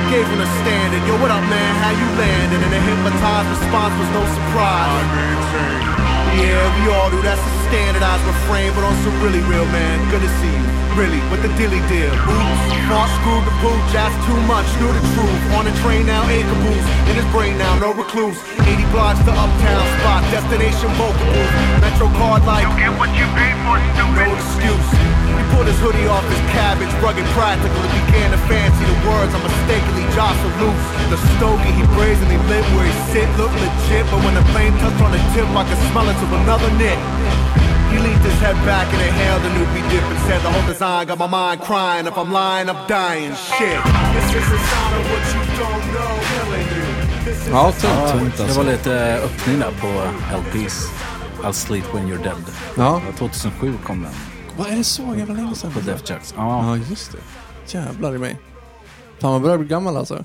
gave him a standard. Yo, what up, man? How you landing? And the hypnotized response was no surprise. I maintain. Yeah, we all do. That's a standardized refrain, but on some really real, man. Good to see you. Really, what the dilly did. Oops, Mark screwed the pooch, asked too much, knew the truth. On the train now, ain't caboose. In his brain now, no recluse. eighty blocks to uptown spot, destination vocal booth. Metro card like, you get what you pay for, stupid. No excuse. He pulled his hoodie off his cabbage, rugged practical, and began to fancy the words I mistakenly jostled loose. The stogie he brazenly lit where he sit looked legit, but when the flame touched on the tip, I could smell it to another knit. He leaned his head back and inhaled the new dip and said the whole design got my mind crying. If I'm lying, I'm dying. Shit. This is a sign of what you don't know, killing you. Ja, tungt, tungt Det alltså. var lite öppning där på L P's I'll Sleep When You're Dead. Ja. tjugohundrasju kom den. Vad är det så jävla länge sedan? På Def Jux. Ja. Ja, just det. Jävlar i mig. Fan, man börjar bli gammal alltså.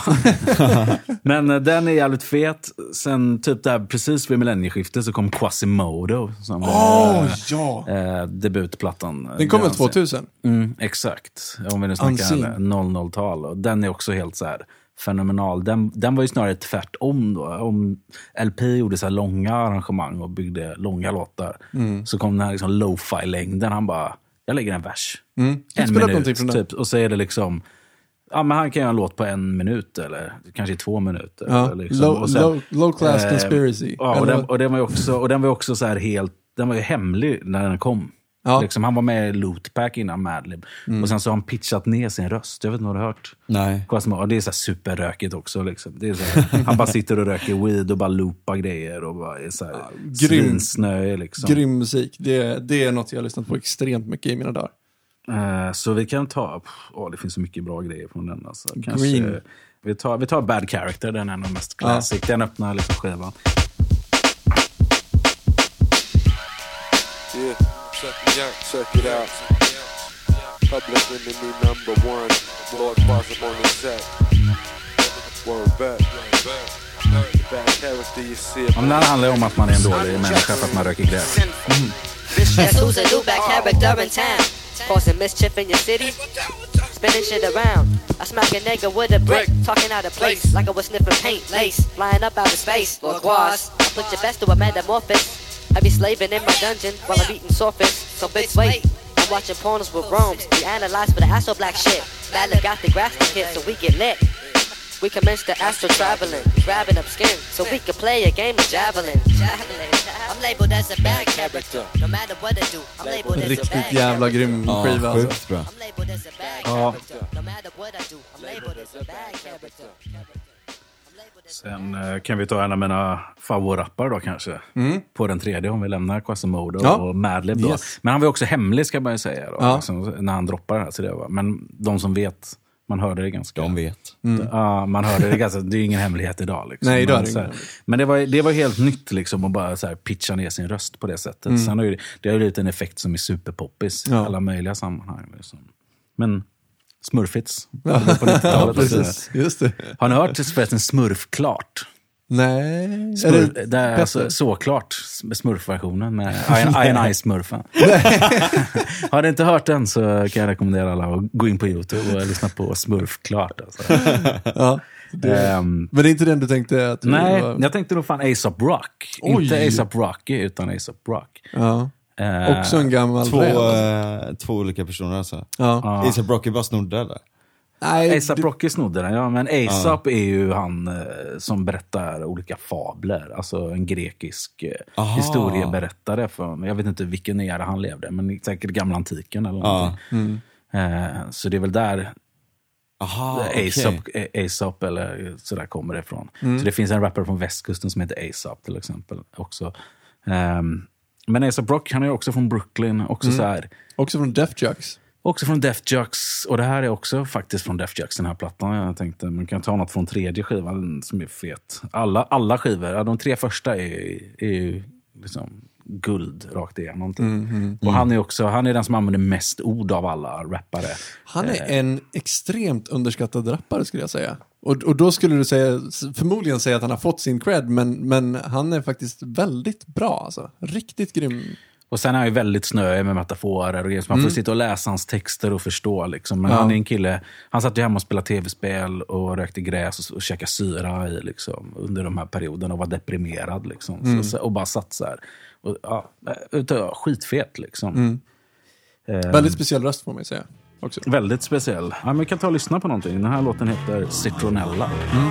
Men uh, den är jävligt fet. Sen typ där precis vid millennieskiftet så kom Quasimodo som Åh, uh, ja. uh, debutplattan. Den kom väl tvåtusen? Mm, exakt. Om vi nu snackar Unseen. noll noll-tal. Och den är också helt så här fenomenal. Den, den var ju snarare tvärtom då. Om L P gjorde så här långa arrangemang och byggde långa låtar Mm. så kom den här liksom lo-fi-längden. Han bara, jag lägger en vers. Mm. En spelat någonting minut från den? typ. Och så är det liksom, ja men han kan göra en låt på en minut eller kanske två minuter. Ja. Eller liksom. Low, Och sen, low, low class eh, conspiracy. Ja, och Eller- den, och den var ju också, och den var ju också så här helt, den var ju hemlig när den kom. Ja. Liksom, han var med i Lootpack innan Madlib. Mm. Och sen så har han pitchat ner sin röst. Jag vet inte om du har hört. Nej. Quasimodo. Och det är så här superrökigt också. Liksom. Det är så här, han bara sitter och röker weed och bara loopar grejer. Och bara är så här grym. svinsnöj. Liksom. Grym musik. Det, det är något jag har lyssnat på extremt mycket i mina dagar. Eh, så vi kan ta... Åh, det finns så mycket bra grejer från den. Alltså. Kanske, Green. vi, tar, vi tar Bad Character. Den är nog mest classic. Den öppnar liksom skivan. Yeah, check me out, check it out. Public enemy number one. Lord Bosom on the set. Word back. Bad character you see. Om den här handlar om att man är en dålig människa för att man röker gräs. Mm. Guess who's a new bad character in town? Causing mischief in your city? Spinning shit around. I smack a nigga with a brick, talking out of place, like I was sniffing paint, lace, flying up out of space. Lord Quas, I put your best to a metamorphosis. I be slaving in my dungeon while I'm eating surface. So bitch, wait. I'm watching pornos with Rome's. We analyze for the astro black shit. Madlib got the grass to hit, so we get lit. We commence the astro traveling, grabbing up skin, so we can play a game of javelin. Javelin. I'm labeled as a bad character. No matter what I do, I'm labeled as a Riktigt bad jävla character. grym Ja, skiva alltså. sjukt bra. I'm labeled as a bad Ja. character. No matter what I do, I'm labeled as a bad character. Sen eh, kan vi ta en av mina favoritrappar då kanske. På den tredje om vi lämnar Quasimodo Ja. och Madlib då. Yes. Men han var också hemlig ska man ju säga då. Ja. Liksom, när han droppar det här. Så det var. Men de som vet, man hörde det ganska. De vet. Ja, man hörde det ganska. Det är ju ingen hemlighet idag. Liksom. Nej, idag är men, det så här, ingen. men det var, det var helt nytt liksom att bara så här, pitcha ner sin röst på det sättet. Mm. Sen har ju, det har ju blivit en effekt som är superpoppis i Ja. alla möjliga sammanhang. Liksom. Men Smurfits. Ja, på nittiotalet. precis. Just det. Har ni hört förresten Smurfklart? Nej. Smurf, är det är bättre? alltså såklart smurfversionen med I and I smurfen. Har ni inte hört den så kan jag rekommendera alla att gå in på YouTube och lyssna på Smurfklart. Alltså. Ja, det, Ehm, men det är inte den du tänkte att du nej, var... jag tänkte nog fan A$AP Rock. Oj. Inte A$AP Rocky utan A$AP Rock. Ja. Eh, Också en gammal Två, räv. eh, två olika personer alltså. Ja. ja. A$AP Rocky bara snodde eller? Nej, A$AP det- Rocky snodde den, ja. Men A$AP är ju han eh, som berättar olika fabler. Alltså en grekisk eh, Aha. historieberättare. För, jag vet inte vilken era han levde, men säkert gamla antiken eller någonting. Mm. Eh, så det är väl där Aha, okej. A$AP, A$AP eller sådär kommer det ifrån. Mm. Så det finns en rapper från västkusten som heter A$AP till exempel också. Um, men A$AP Rock, han är också från Brooklyn, också Mm. så här. Också från Def Jux. Också från Def Jux, och det här är också faktiskt från Def Jux, den här plattan. Jag tänkte man kan ta något från tredje skivan som är fet. Alla, alla skivor, ja, de tre första är, är ju liksom guld rakt igenom. Mm, Och han är också, han är den som använder mest ord av alla rappare. Han är en extremt underskattad rappare skulle jag säga. Och, och då skulle du säga, förmodligen säga att han har fått sin cred, men, men han är faktiskt väldigt bra alltså. Riktigt grym. Och sen är han ju väldigt snöig med metaforer och grejer, så man Mm. får sitta och läsa hans texter och förstå liksom. Men Ja. han är en kille, han satt ju hemma och spelade tv-spel och rökte gräs och, och käkade syra i liksom, under de här perioderna och var deprimerad liksom. Mm. Så, och bara satt så här. Och, ja, utav, skitfet liksom. Mm. Eh, Väldigt speciell röst får man ju säga. Också. väldigt speciell. Ja, men vi kan ta och lyssna på någonting. Den här låten heter Citronella. Mm.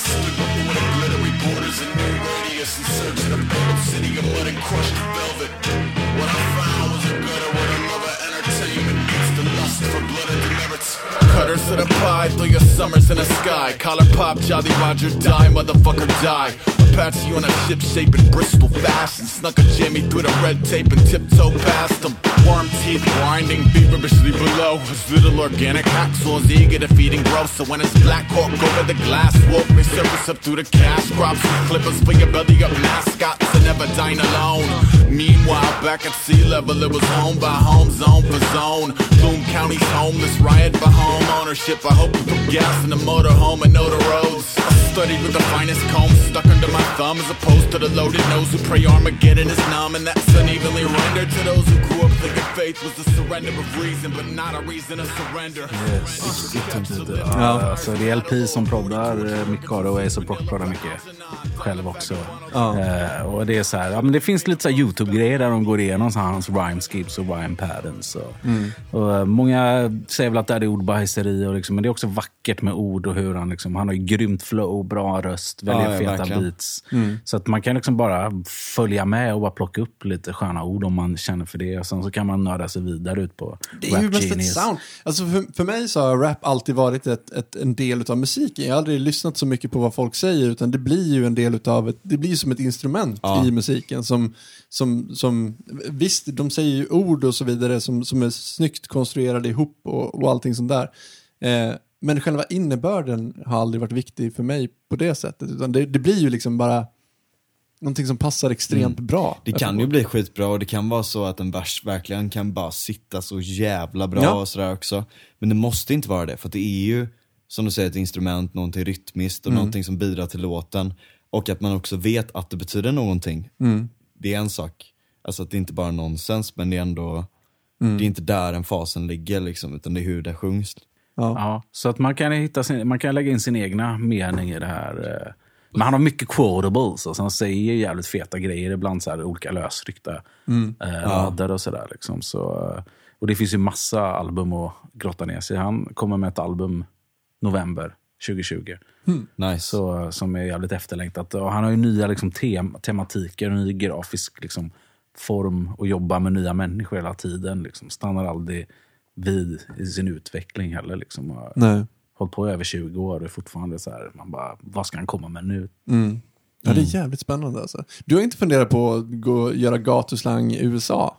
Cutters to the pie, throw your summers in the sky. Collar pop, Jolly Roger, die, motherfucker, die. Apache on a ship-shaping Bristol fashion. Snuck a Jimmy through the red tape and tiptoe past them. Worm teeth grinding, feverishly below. His little organic hacksaws eager to feed and grow. So when his Black Hawk over the glass walk, they surface up through the cash crops. Clippers for your belly up mascots and never dine alone. Meanwhile, back at sea level, it was home by home, zone for zone. Bloom County's homeless, riot for home ownership. I hope you put gas in the motorhome and know the roads. I studied with the finest comb stuck under my thumb, as opposed to the loaded nose who pray Armageddon is numb. And that's unevenly rendered to those who grew up thinking faith was the surrender of reason, but not a reason to surrender. Yes. Ja, alltså det är L P som proddar mycket och Ace och Brock proddar mycket själv också. Ja. Eh, och det är så här, ja, men det finns lite så här YouTube-grejer där de går igenom så här, hans rhyme skips och rhyme patterns. Och, Mm. och, eh, många säger väl att det är ordbajseri och liksom, men det är också vackert med ord och hur han liksom, han har ju grymt flow, bra röst, väldigt Ja, ja, feta verkligen. beats. Mm. Så att man kan liksom bara följa med och bara plocka upp lite sköna ord om man känner för det. Och sen så kan man nörda sig vidare ut på Det är ju Rap mest ett Genius. sound. Alltså för, för mig så har rap alltid varit ett, ett, en del av musiken. Jag har aldrig lyssnat så mycket på vad folk säger, utan det blir ju en del av ett, det blir som ett instrument Ja. i musiken som, som, som, visst, de säger ju ord och så vidare som, som är snyggt konstruerade ihop och, och allting sånt där. Eh, men själva innebörden har aldrig varit viktig för mig på det sättet, utan det, det blir ju liksom bara någonting som passar extremt Mm. bra. Det kan ju bli skitbra och det kan vara så att en vers verkligen kan bara sitta så jävla bra Ja. och sådär också. Men det måste inte vara det, för att det är ju, som du säger, ett instrument, någonting rytmiskt och Mm. någonting som bidrar till låten. Och att man också vet att det betyder någonting. Mm. Det är en sak. Alltså att det inte bara är nonsens, men det är ändå, Mm. det är inte där den fasen ligger liksom, utan det är hur det sjungs. Ja. Ja, så att man kan hitta sin, man kan lägga in sin egna mening i det här. eh. Men han har mycket quotables och så han säger jävligt feta grejer, ibland så här olika lösryckta Mm. eh, rader och sådär liksom. Så, eh, och det finns ju massa album att grotta ner sig. Han kommer med ett album november tjugo tjugo. Nice. Så, som är jävligt efterlängtat. Och han har ju nya liksom, tem- tematiker, ny grafisk liksom, form och jobbar med nya människor hela tiden. Liksom. Stannar aldrig vid i sin utveckling heller. Liksom. Och Nej. hållit på i över tjugo år och är fortfarande så här, man bara, vad ska han komma med nu? Mm. Ja, det är jävligt spännande alltså. Du har inte funderat på att gå och göra gatuslang i U S A?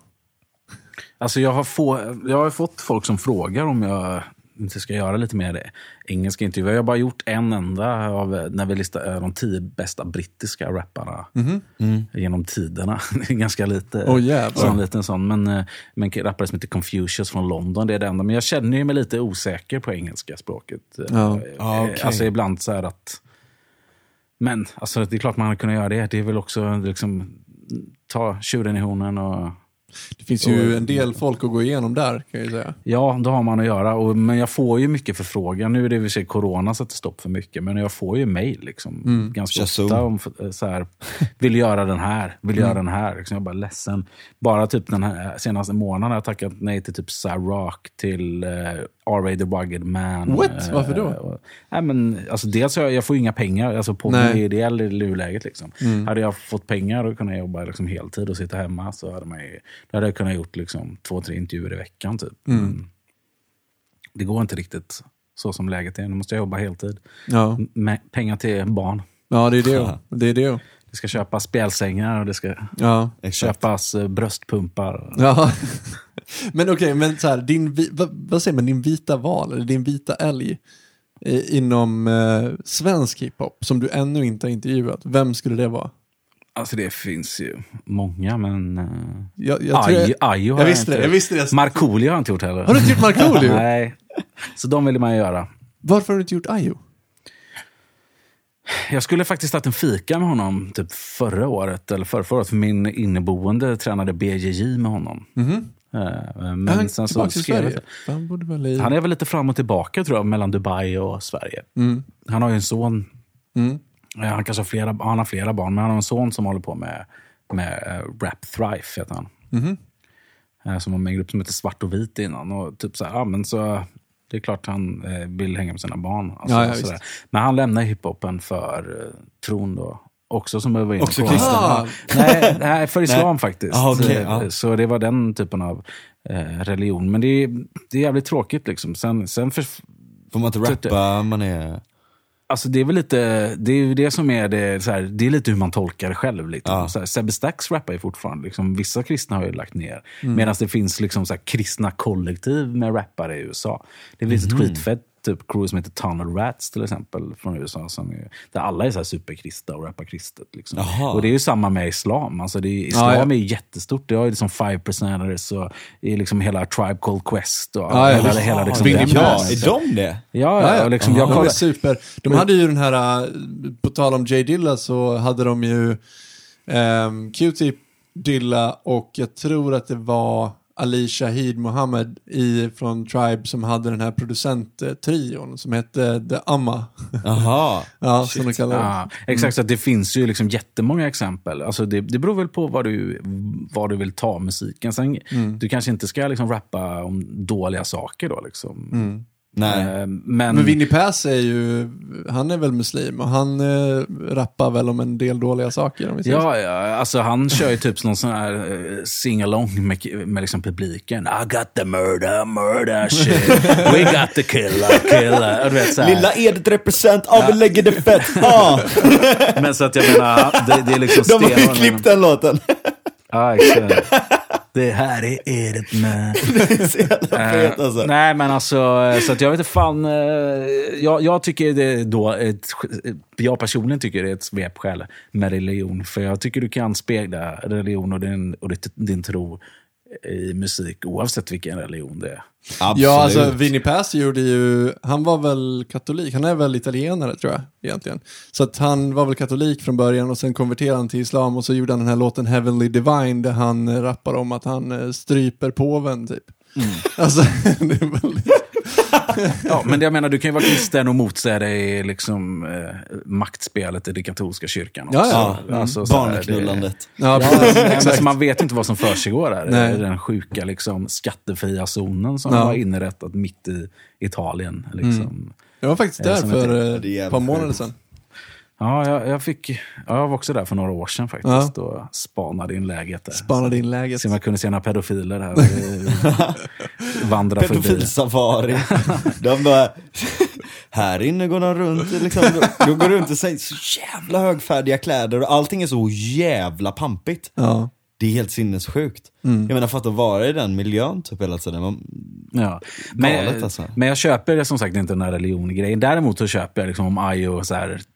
Alltså jag har, få, jag har fått folk som frågar om jag inte ska göra lite mer engelska intervjuer. Jag har bara gjort en enda av, när vi listar de tio bästa brittiska rapparna Mm-hmm. genom tiderna. Det är ganska lite, Åh, jävlar. så en liten sån. Men, eh, men en rappare som heter Confucius från London, det är det enda. Men jag känner ju mig lite osäker på engelska språket. Ja. Eh, Ah, okay. Alltså ibland så här att, men alltså det är klart man hade kunnat göra det. Det är väl också liksom, ta tjuren i hornen och Det finns ju en del folk att gå igenom där, kan jag ju säga. ja, då har man att göra. Och, men jag får ju mycket förfrågan. Nu är det i och för sig corona sätter stopp för mycket. Men jag får ju mejl liksom, Mm. ganska Kör ofta Zoom. om så här, vill göra den här, vill Mm. göra den här. Liksom, jag är bara ledsen. Bara typ den här senaste månaden har jag tackat nej till typ så här Rock, till uh, R A The Rugged Man. What? Eh, Varför då? och, nej, men, alltså, dels jag, jag får ju inga pengar alltså, på Nej. mig ideell i nuläget. Liksom. Mm. Hade jag fått pengar och kunnat jobba liksom, heltid och sitta hemma så hade, man ju, då hade jag kunnat gjort liksom, två, tre intervjuer i veckan typ. Mm. Men det går inte riktigt så som läget är. Nu måste jag jobba heltid. Ja, Med pengar till barn. ja det är det. Det är det. Det ska köpas spjälsängar och det ska Ja. Exakt. köpas eh, bröstpumpar. Ja. Men okej, men så här, din, vi- vad, vad säger man, din vita val, eller din vita älg eh, inom eh, svensk hiphop som du ännu inte har intervjuat, vem skulle det vara? Alltså det finns ju många, men... Uh, Jag, jag, tror Ayo, jag, Ayo har jag jag visste inte. det, jag visste det. Markoolio har jag inte gjort heller. Har du inte gjort Markoolio? Nej. Så de vill man ju göra. Varför har du inte gjort Ayo? Jag skulle faktiskt haft en fika med honom typ förra året eller förra, förra året, för min inneboende tränade B J J med honom. Mm-hmm. Men han sen så skrev jag, han, borde väl i... han är väl lite fram och tillbaka tror jag mellan Dubai och Sverige. Mm. Han har ju en son. Mm. Han kanske har flera, han har flera barn, men han har en son som håller på med, med Rap Thrive heter han. Mm. Som var med en grupp som heter Svart och Vit innan. Och typ så här, ja, men så det är klart han eh, vill hänga med sina barn. Alltså, ja, ja, sådär. Men han lämnar hiphopen för eh, tron då. Också som jag var inne också på. kristen. Ah. Nej, nej, för islam nej. faktiskt. Ah, okay, så, ah. så det var den typen av eh, religion. Men det är, det är jävligt tråkigt liksom. Sen, sen för, får man inte rappa, man är... Alltså det är väl lite, det är ju det som är det, så här, det är lite hur man tolkar det själv. Lite. Ja. Så här, Sebbe Stax rappar ju fortfarande, liksom, vissa kristna har ju lagt ner. Mm. Medan det finns liksom, så här, kristna kollektiv med rappare i U S A. Det finns Mm. ett skitfett typ crew som heter Tunnel Rats till exempel från U S A. Som är, där alla är så här superkristna och rappar kristet. Liksom. Och det är ju samma med islam. Alltså det är, islam ja, ja. är ju jättestort. Det har ju liksom Five Percenters och är liksom hela Tribe Called Quest. Och ja, ja, hela, hela, liksom, ja, ja, är de det? Ja, ja, ja. Och liksom, jag de kollar... är super. De hade ju den här, på tal om Jay Dilla så hade de ju um, Q-Tip, Dilla och jag tror att det var Ali Shahid Mohammed i, från Tribe som hade den här producenttrion som hette The Amma. Aha. Ja, som de kallar det. Ja, exakt, så att det finns ju liksom jättemånga exempel. Alltså det, det beror väl på vad du, vad du vill ta musiken. Sen, mm. Du kanske inte ska liksom rappa om dåliga saker då liksom. Mm. Nej. Men, men Vinnie Pass är ju, han är väl muslim och han eh, rappar väl om en del dåliga saker. Om vi säger ja, ja, alltså han kör ju typ någon sån här uh, sing-along med, med liksom publiken. I got the murder, murder shit. We got the killer, killer. Du vet, så här. Lilla Edith represent, ja, vi lägger det fett. Ah. Men så att jag menar, det, det är liksom de har ju klippt den låten. Ja, exakt. Det här är Edith med. Det är så jävla fet alltså. Uh, nej men alltså, så att jag vet inte fan, uh, jag, jag tycker det är då ett, jag personligen tycker det är ett svepskäl med religion. För jag tycker du kan spegla religion och din, och ditt, din tro i musik oavsett vilken religion det är. Absolut. Ja, alltså Vinnie Pass gjorde ju, han var väl katolik, han är väl italienare tror jag egentligen. Så att han var väl katolik från början och sen konverterade han till islam och så gjorde han den här låten Heavenly Divine där han rappar om att han stryper påven typ. Mm. Alltså, det är väldigt... Ja, men jag menar, du kan ju vara kristen och motsäga dig liksom eh, maktspelet i den katolska kyrkan också. Ja, ja. Alltså, barnknullandet. Ja, ja, så man vet inte vad som försiggår där. Nej. Den sjuka liksom, skattefria zonen som ja. var inrättat mitt i Italien. Liksom. Mm. Jag var faktiskt där för ett par månader sedan. Ja, jag, jag fick ja, jag var också där för några år sedan faktiskt. Ja. Och spanade in läget där. Spanade in läget. Så man kunde se några pedofiler här. Vandra förbi. Pedofilsafari. De bara, här inne går de runt. Liksom, de går runt och säger så jävla högfärdiga kläder. Och allting är så jävla pampigt. Ja. Det är helt sinnessjukt. Mm. Jag menar, för att vara i den miljön typ hela tiden. Man... Ja. Men, galet, alltså. men jag köper det som sagt inte den här religion-grejen. Däremot så köper jag liksom om Ayo så här...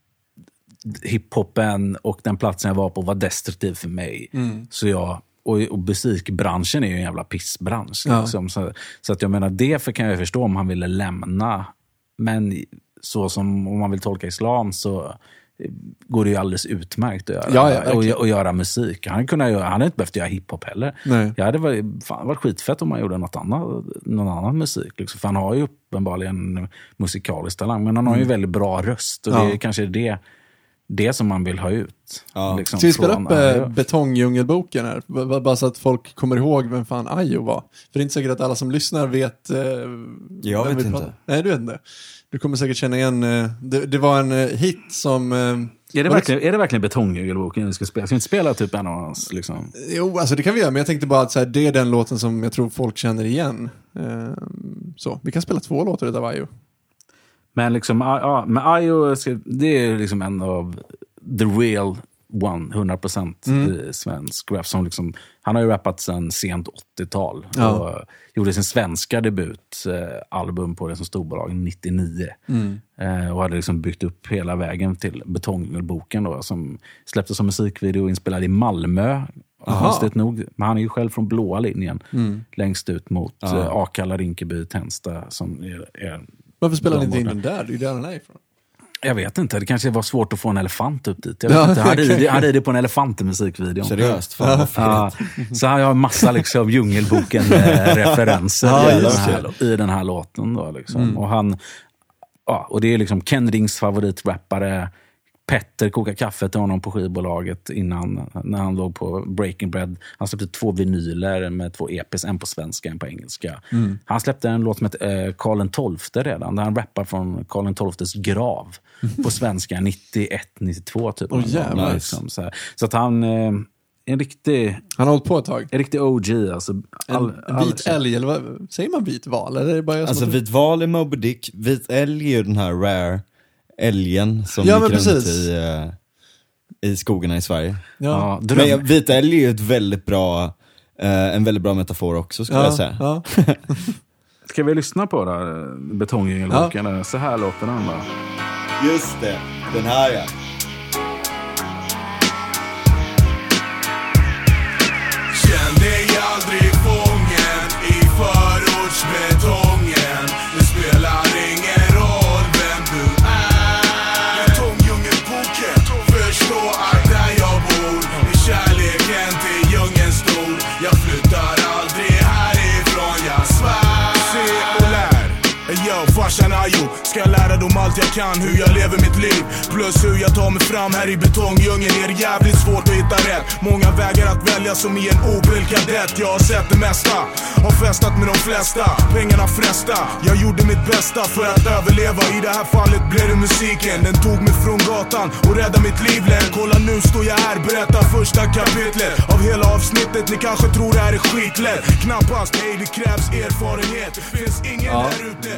hiphopen och den platsen jag var på var destruktiv för mig. Mm. Så jag, och, och musikbranschen är ju en jävla pissbransch. Ja. Liksom. Så, så att jag menar, därför kan jag förstå om han ville lämna. Men så som om man vill tolka islam så går det ju alldeles utmärkt att göra, ja, ja, och, och göra musik. Han kunde göra, han hade inte behövt göra hiphop heller. Nej. Jag hade varit, fan, varit skitfett om man gjorde något annat, någon annan musik. Liksom. För han har ju uppenbarligen musikalisk talang, men han har ju mm. väldigt bra röst. Och ja. det är kanske det det som man vill ha ut. Ja. Liksom, Ska vi spela upp äh, Betongdjungelboken här? B- bara så att folk kommer ihåg vem fan Ayo var. För det är inte säkert att alla som lyssnar vet... Äh, jag vet inte. Pratar. Nej, du vet inte. Du kommer säkert känna igen... Äh, det, det var en äh, hit som... Äh, är, det verkligen, är det verkligen Betongdjungelboken vi ska spela? Ska vi inte spela typ en av oss? Liksom? Jo, alltså det kan vi göra. Men jag tänkte bara att så här, det är den låten som jag tror folk känner igen. Äh, så, vi kan spela två låtar av Ayo. Men liksom, ja, men Ayo, det är liksom en av the real one, hundra procent mm. i svensk rap. Som liksom, han har ju rappat sedan sent åttiotal. Ja. Och gjorde sin svenska debut eh, album på det som storbolag nittionio. Mm. Eh, och hade liksom byggt upp hela vägen till Betongboken då, som släpptes som musikvideo inspelad i Malmö. Konstigt nog. Men han är ju själv från blåa linjen. Mm. Längst ut mot ja. eh, Akalla, Rinkeby, Tensta som är... är varför spelar ni inte in den där? Det är ju där han är ifrån. Jag vet inte, det kanske var svårt att få en elefant upp dit. Jag vet inte, jag hade, jag hade det på en elefant i musikvideon. Seriöst, fan vad ja. Så har jag en massa liksom Djungelboken-referenser ja, i, den här, i den här låten. Då, liksom. Mm. Och, han, ja, och det är liksom Ken Rings favoritrappare. Petter kokade kaffe till honom på skivbolaget innan, när han låg på Breaking Bread. Han släppte två vinyler med två E P:s, en på svenska, en på engelska. Mm. Han släppte en låt som heter eh, Karl den tolfte redan, där han rappar från Karl den tolftes grav på svenska, nittioett nittiotvå typ. Oh, jävlar. Liksom, så, så att han eh, en riktig... Han har hållit på ett tag. En riktig O G. Alltså, all, en, en vit all, älg, eller vad, säger man vit val? Eller är det bara alltså vit val är Moby Dick, vit älg är ju den här rare älgen som ja, gick runt i, uh, i skogarna i Sverige. Ja. Ja, men vit älg är ju ett väldigt bra, uh, en väldigt bra metafor också, skulle ja, jag säga. Ja. Ska vi lyssna på det? Betongdjungelboken? Ja. Så här låter den då. Just det, den här ja. Känn dig aldrig fången i förortsbetongen. Det spelar ingen roll vem du är. Betongdjungelboken, förstå att där jag bor är kärleken till djungeln stor. Jag flyttar aldrig härifrån, jag svär. Se och lär. Yo, farsan Ayo, ska jag lära dem allt jag kan, hur jag lever mitt liv. Plus hur jag tar mig fram här i betongdjungeln. Är det jävligt svårt att hitta rätt. Många vägar att välja som i en Opel Kadett. Jag har sett det mesta, har festat med de flesta. Pengarna fresta, jag gjorde mitt bästa för att överleva. I det här fallet blev det musiken. Den tog mig från gatan och räddade mitt liv. Kolla nu står jag här, berättar första kapitlet av hela avsnittet. Ni kanske tror det här är skitlätt. Knappast, nej det krävs erfarenhet. Det finns ingen ja. där ute.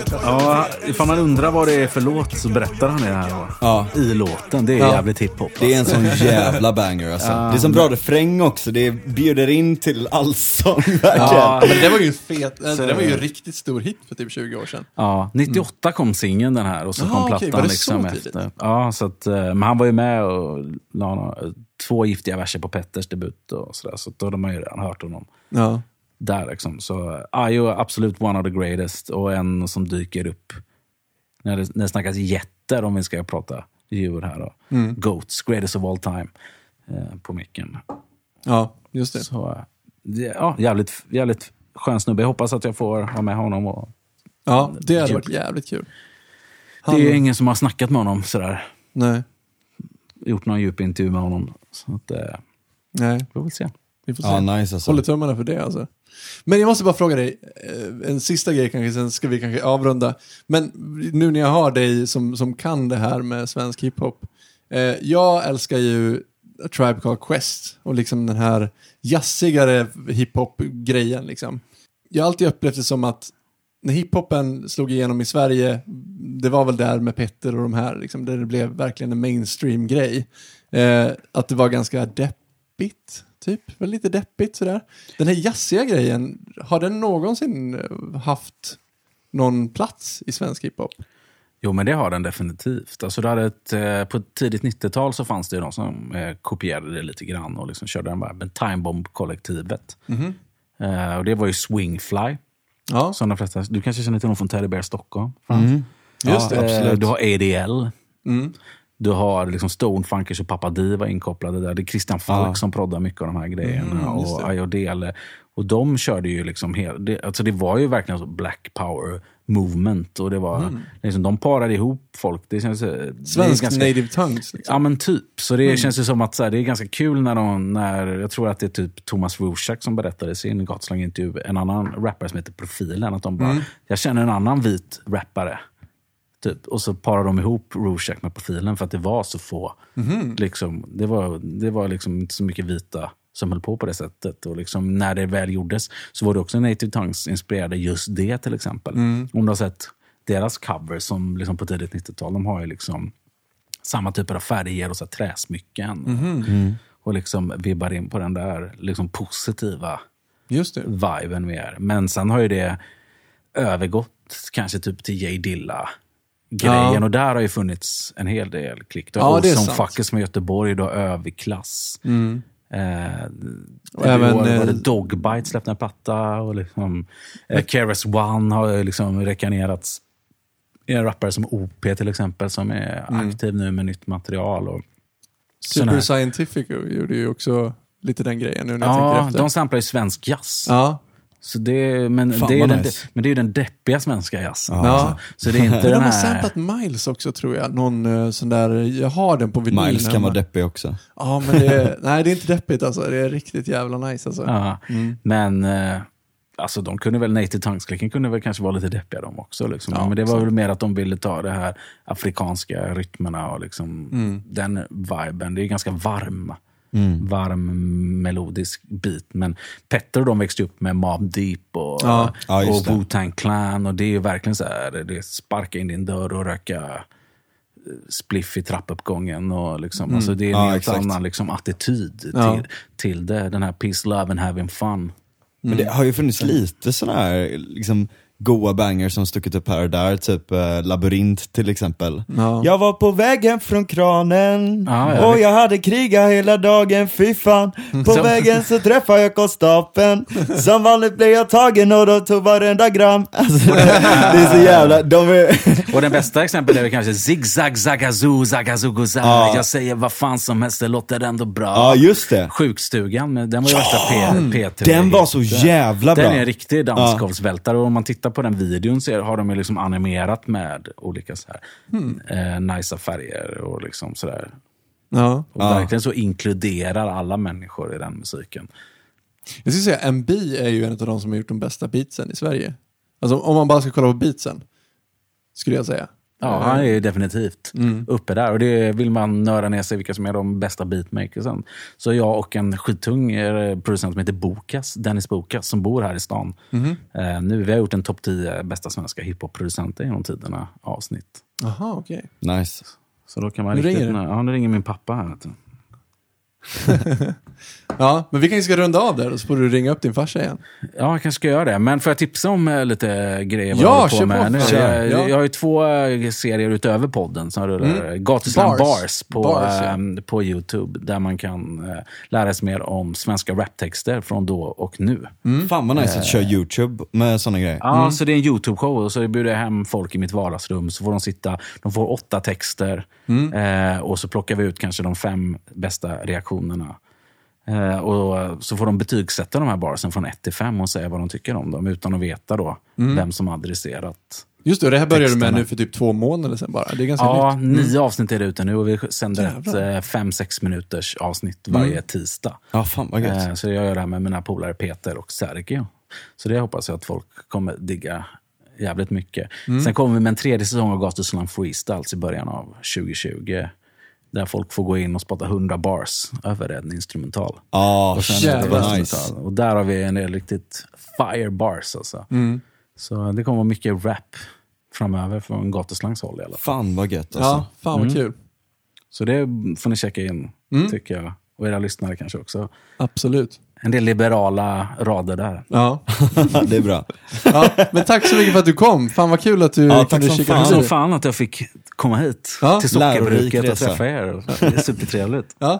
Ja, ifall man undrar vad det är för låt så berättar han det här ja. i låten. Det är ja. jävligt hiphop. Det är en sån jävla banger alltså. Ja. Det är som bra refräng också. Det bjuder in till allsång verkligen. Ja, men det var ju fet. Det var ju en riktigt stor hit för typ tjugo år sedan. Ja, nittioåtta mm. kom singeln den här och så kom Aha, plattan okay. liksom efter. Ja, så att men han var ju med och la no, två giftiga verser på Petters debut och så där, så då hade man ju redan hört honom. Ja. Där liksom. Så Ayo är absolut one of the greatest och en som dyker upp när det, när det snackas jätter, om vi ska prata djur här då. Mm. Goats, greatest of all time eh, på micken. Ja, just det. Så, ja, jävligt, jävligt skön snubbe. Jag hoppas att jag får ha med honom. Och, ja, det hade varit jävligt kul. Han... Det är ingen som har snackat med honom sådär. Nej. Gjort någon djup intervju med honom. Så att, eh, nej. Vi får väl se. Vi får se. Ja, nice alltså. Håller tummarna för det alltså. Men jag måste bara fråga dig, en sista grej kanske, sen ska vi kanske avrunda. Men nu när jag har dig som, som kan det här med svensk hiphop. Eh, jag älskar ju A Tribe Called Quest och liksom den här jazzigare hiphop-grejen liksom. Jag har alltid upplevt det som att när hiphopen slog igenom i Sverige, det var väl där med Petter och de här, liksom, där det blev verkligen en mainstream-grej. Eh, att det var ganska deppigt. Typ, väl lite deppigt sådär. Den här jazziga grejen, har den någonsin haft någon plats i svensk hiphop? Jo, men det har den definitivt. Alltså, det hade ett, eh, på tidigt nittiotal så fanns det ju de som eh, kopierade det lite grann och liksom körde den här med Time Bomb-kollektivet. Mm-hmm. Eh, och det var ju Swingfly. Ja. Som de flesta, du kanske känner till någon från Teddy Bear Stockholm. Mm. Just ja, det, absolut. Du har A D L. Mm. Du har liksom Stone Funkers och Papa D var inkopplade där. Det är Christian Falk ja. som proddar mycket av de här grejerna. Mm, och Ayodele. Och de körde ju liksom hela... Det, alltså det var ju verkligen så Black Power movement. Och det var... Mm. Liksom, de parade ihop folk. Det känns... Svensk ganska, native tongues. Liksom. Ja, men typ. Så det mm. känns ju som att så här, det är ganska kul när de... När, jag tror att det är typ Thomas Rushak som berättade i sin Gatslang-intervju. En annan rappare som heter Profilen. Att de bara... Mm. Jag känner en annan vit rappare. Typ. Och så parar de ihop Rushak med Profilen för att det var så få. Mm. Liksom, det var, det var liksom inte så mycket vita som höll på på det sättet. Och liksom, när det väl gjordes så var det också Native Tongues inspirerade just det till exempel. Mm. Om du har sett deras covers som liksom på tidigt nittiotal, de har ju liksom samma typer av färger och så träsmycken. Mm. Mm. Och liksom vibbar in på den där liksom positiva just det. viben mer. Men sen har ju det övergått kanske typ till J Dilla grejen, ja. Och där har ju funnits en hel del klick. Du har ja, som Fuckers med Göteborg, då överklass. Mm. Eh, och även var, var det Dogbite släppte en platta och liksom eh, K R S One har liksom rekanerats en rappare som O P till exempel som är mm. aktiv nu med nytt material. Och Super Scientific gjorde ju också lite den grejen nu när jag ja, tänker efter. De samplar ju svensk jazz. Ja. Så det, men, det är den, nice. men det är ju den deppiga svenska jazzen. Ja. Alltså. Så det är inte de den har här... samplat Miles också tror jag. Någon uh, sån där, jag har den på vinyl. Miles kan vara deppig också. Ja, men det är, nej det är inte deppigt alltså. Det är riktigt jävla nice alltså. Ja, mm. men... Uh, Alltså de kunde väl, Native Tongues-klicken kunde väl kanske vara lite deppiga de också. Liksom. Ja, men det var så. Väl mer att de ville ta det här afrikanska rytmerna och liksom mm. den viben. Det är ganska varm, mm. varm melodisk beat. Men Petter och de växte upp med Mobb Deep och, ja. Ja, och Wu-Tang Clan. Och det är ju verkligen så här, det är sparka in din dörr och röka spliff i trappuppgången. Och liksom, mm. alltså det är en ja, helt annan liksom, attityd ja. till, till det. Den här peace, love and having fun. Men det har ju funnits lite sådana här liksom, goa banger som stuckit upp här och där. Typ eh, Labyrint till exempel. Ja. Jag var på vägen från kranen ja, ja, och jag hade krigat hela dagen, fy fan. På så. vägen så träffade jag konstapeln. Som vanligt blev jag tagen och då tog varenda gram. Alltså, det, det är så jävla... De är... Och den bästa exempel är väl kanske Zigzag, Zagazoo, Zagazuguza. Ja. Jag säger vad fan som helst, det låter ändå bra. Ja, just det. Sjukstugan, men den var ju värsta P- P tre. Den var så jävla bra. Den är en riktig dansgolvsvältare och om man tittar på den videon så har de ju liksom animerat med olika så här hmm. eh, nice färger och liksom sådär. Ja. Och ja. verkligen så inkluderar alla människor i den musiken. Jag skulle säga M B är ju en av de som har gjort de bästa beatsen i Sverige. Alltså om man bara ska kolla på beatsen skulle jag säga. Ja, han är ju definitivt mm. uppe där. Och det vill man nöra ner sig vilka som är de bästa beatmakersen. Så jag och en skittung producent som heter Bokas, Dennis Bokas, som bor här i stan. Mm. Eh, nu vi har gjort en topp tio bästa svenska hiphop-producenter genom tiderna avsnitt. Aha, okej. Okay. Nice. Så då kan man nu riktigt... ringer Ja, nu ringer min pappa här. Ja, men vi kanske ska runda av där och så får du ringa upp din farsa igen. Ja, jag kanske ska göra det. Men får jag tipsa om uh, lite grejer? Vad ja, jag, på med. På. Nu, jag, ja. jag har ju två uh, serier utöver podden som rullar. Mm. Gatuslam Bars, Bars, på, Bars ja. um, på YouTube där man kan uh, lära sig mer om svenska raptexter från då och nu. Mm. Fan vad nice uh, att köra YouTube med såna grejer. Ja, mm. så det är en YouTube-show och så bjuder jag hem folk i mitt vardagsrum så får de sitta, de får åtta texter mm. uh, och så plockar vi ut kanske de fem bästa reaktionerna. Uh, och så får de betygsätta de här barsen från ett till fem och säga vad de tycker om dem utan att veta då mm. vem som adresserat. Just det, det här börjar du med nu för typ två månader sedan bara. Det är ganska ja, nytt. nio mm. avsnitt är det ute nu och vi sänder Jävlar. ett fem sex minuters avsnitt varje mm. tisdag. Ja, fan vad gött. Uh, så jag gör det här med mina polare Peter och Sergio. Så det hoppas jag att folk kommer digga jävligt mycket. Mm. Sen kommer vi med en tredje säsong av Gatuslam Freestyles i början av tjugo tjugo. Där folk får gå in och spotta hundra bars över en instrumental. Ja, oh, jävla nice. Och där har vi en del riktigt fire bars alltså. Mm. Så det kommer vara mycket rap framöver från Gatuslangs håll i alla fall. Fan vad gött alltså. Ja, fan vad mm. kul. Så det får ni checka in, mm. tycker jag. Och era lyssnare kanske också. Absolut. En del liberala rader där. Ja. Det är bra. Ja, men tack så mycket för att du kom. Fan vad kul att du ja, kunde kika fan. Så fan att jag fick komma hit ja. till Sockerbruket och träffa er. Det är supertrevligt. Ja.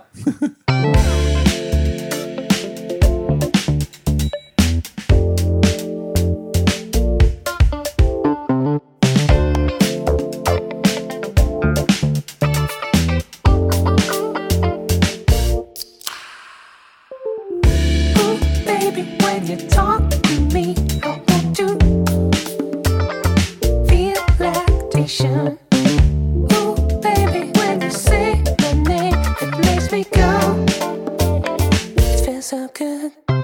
So good.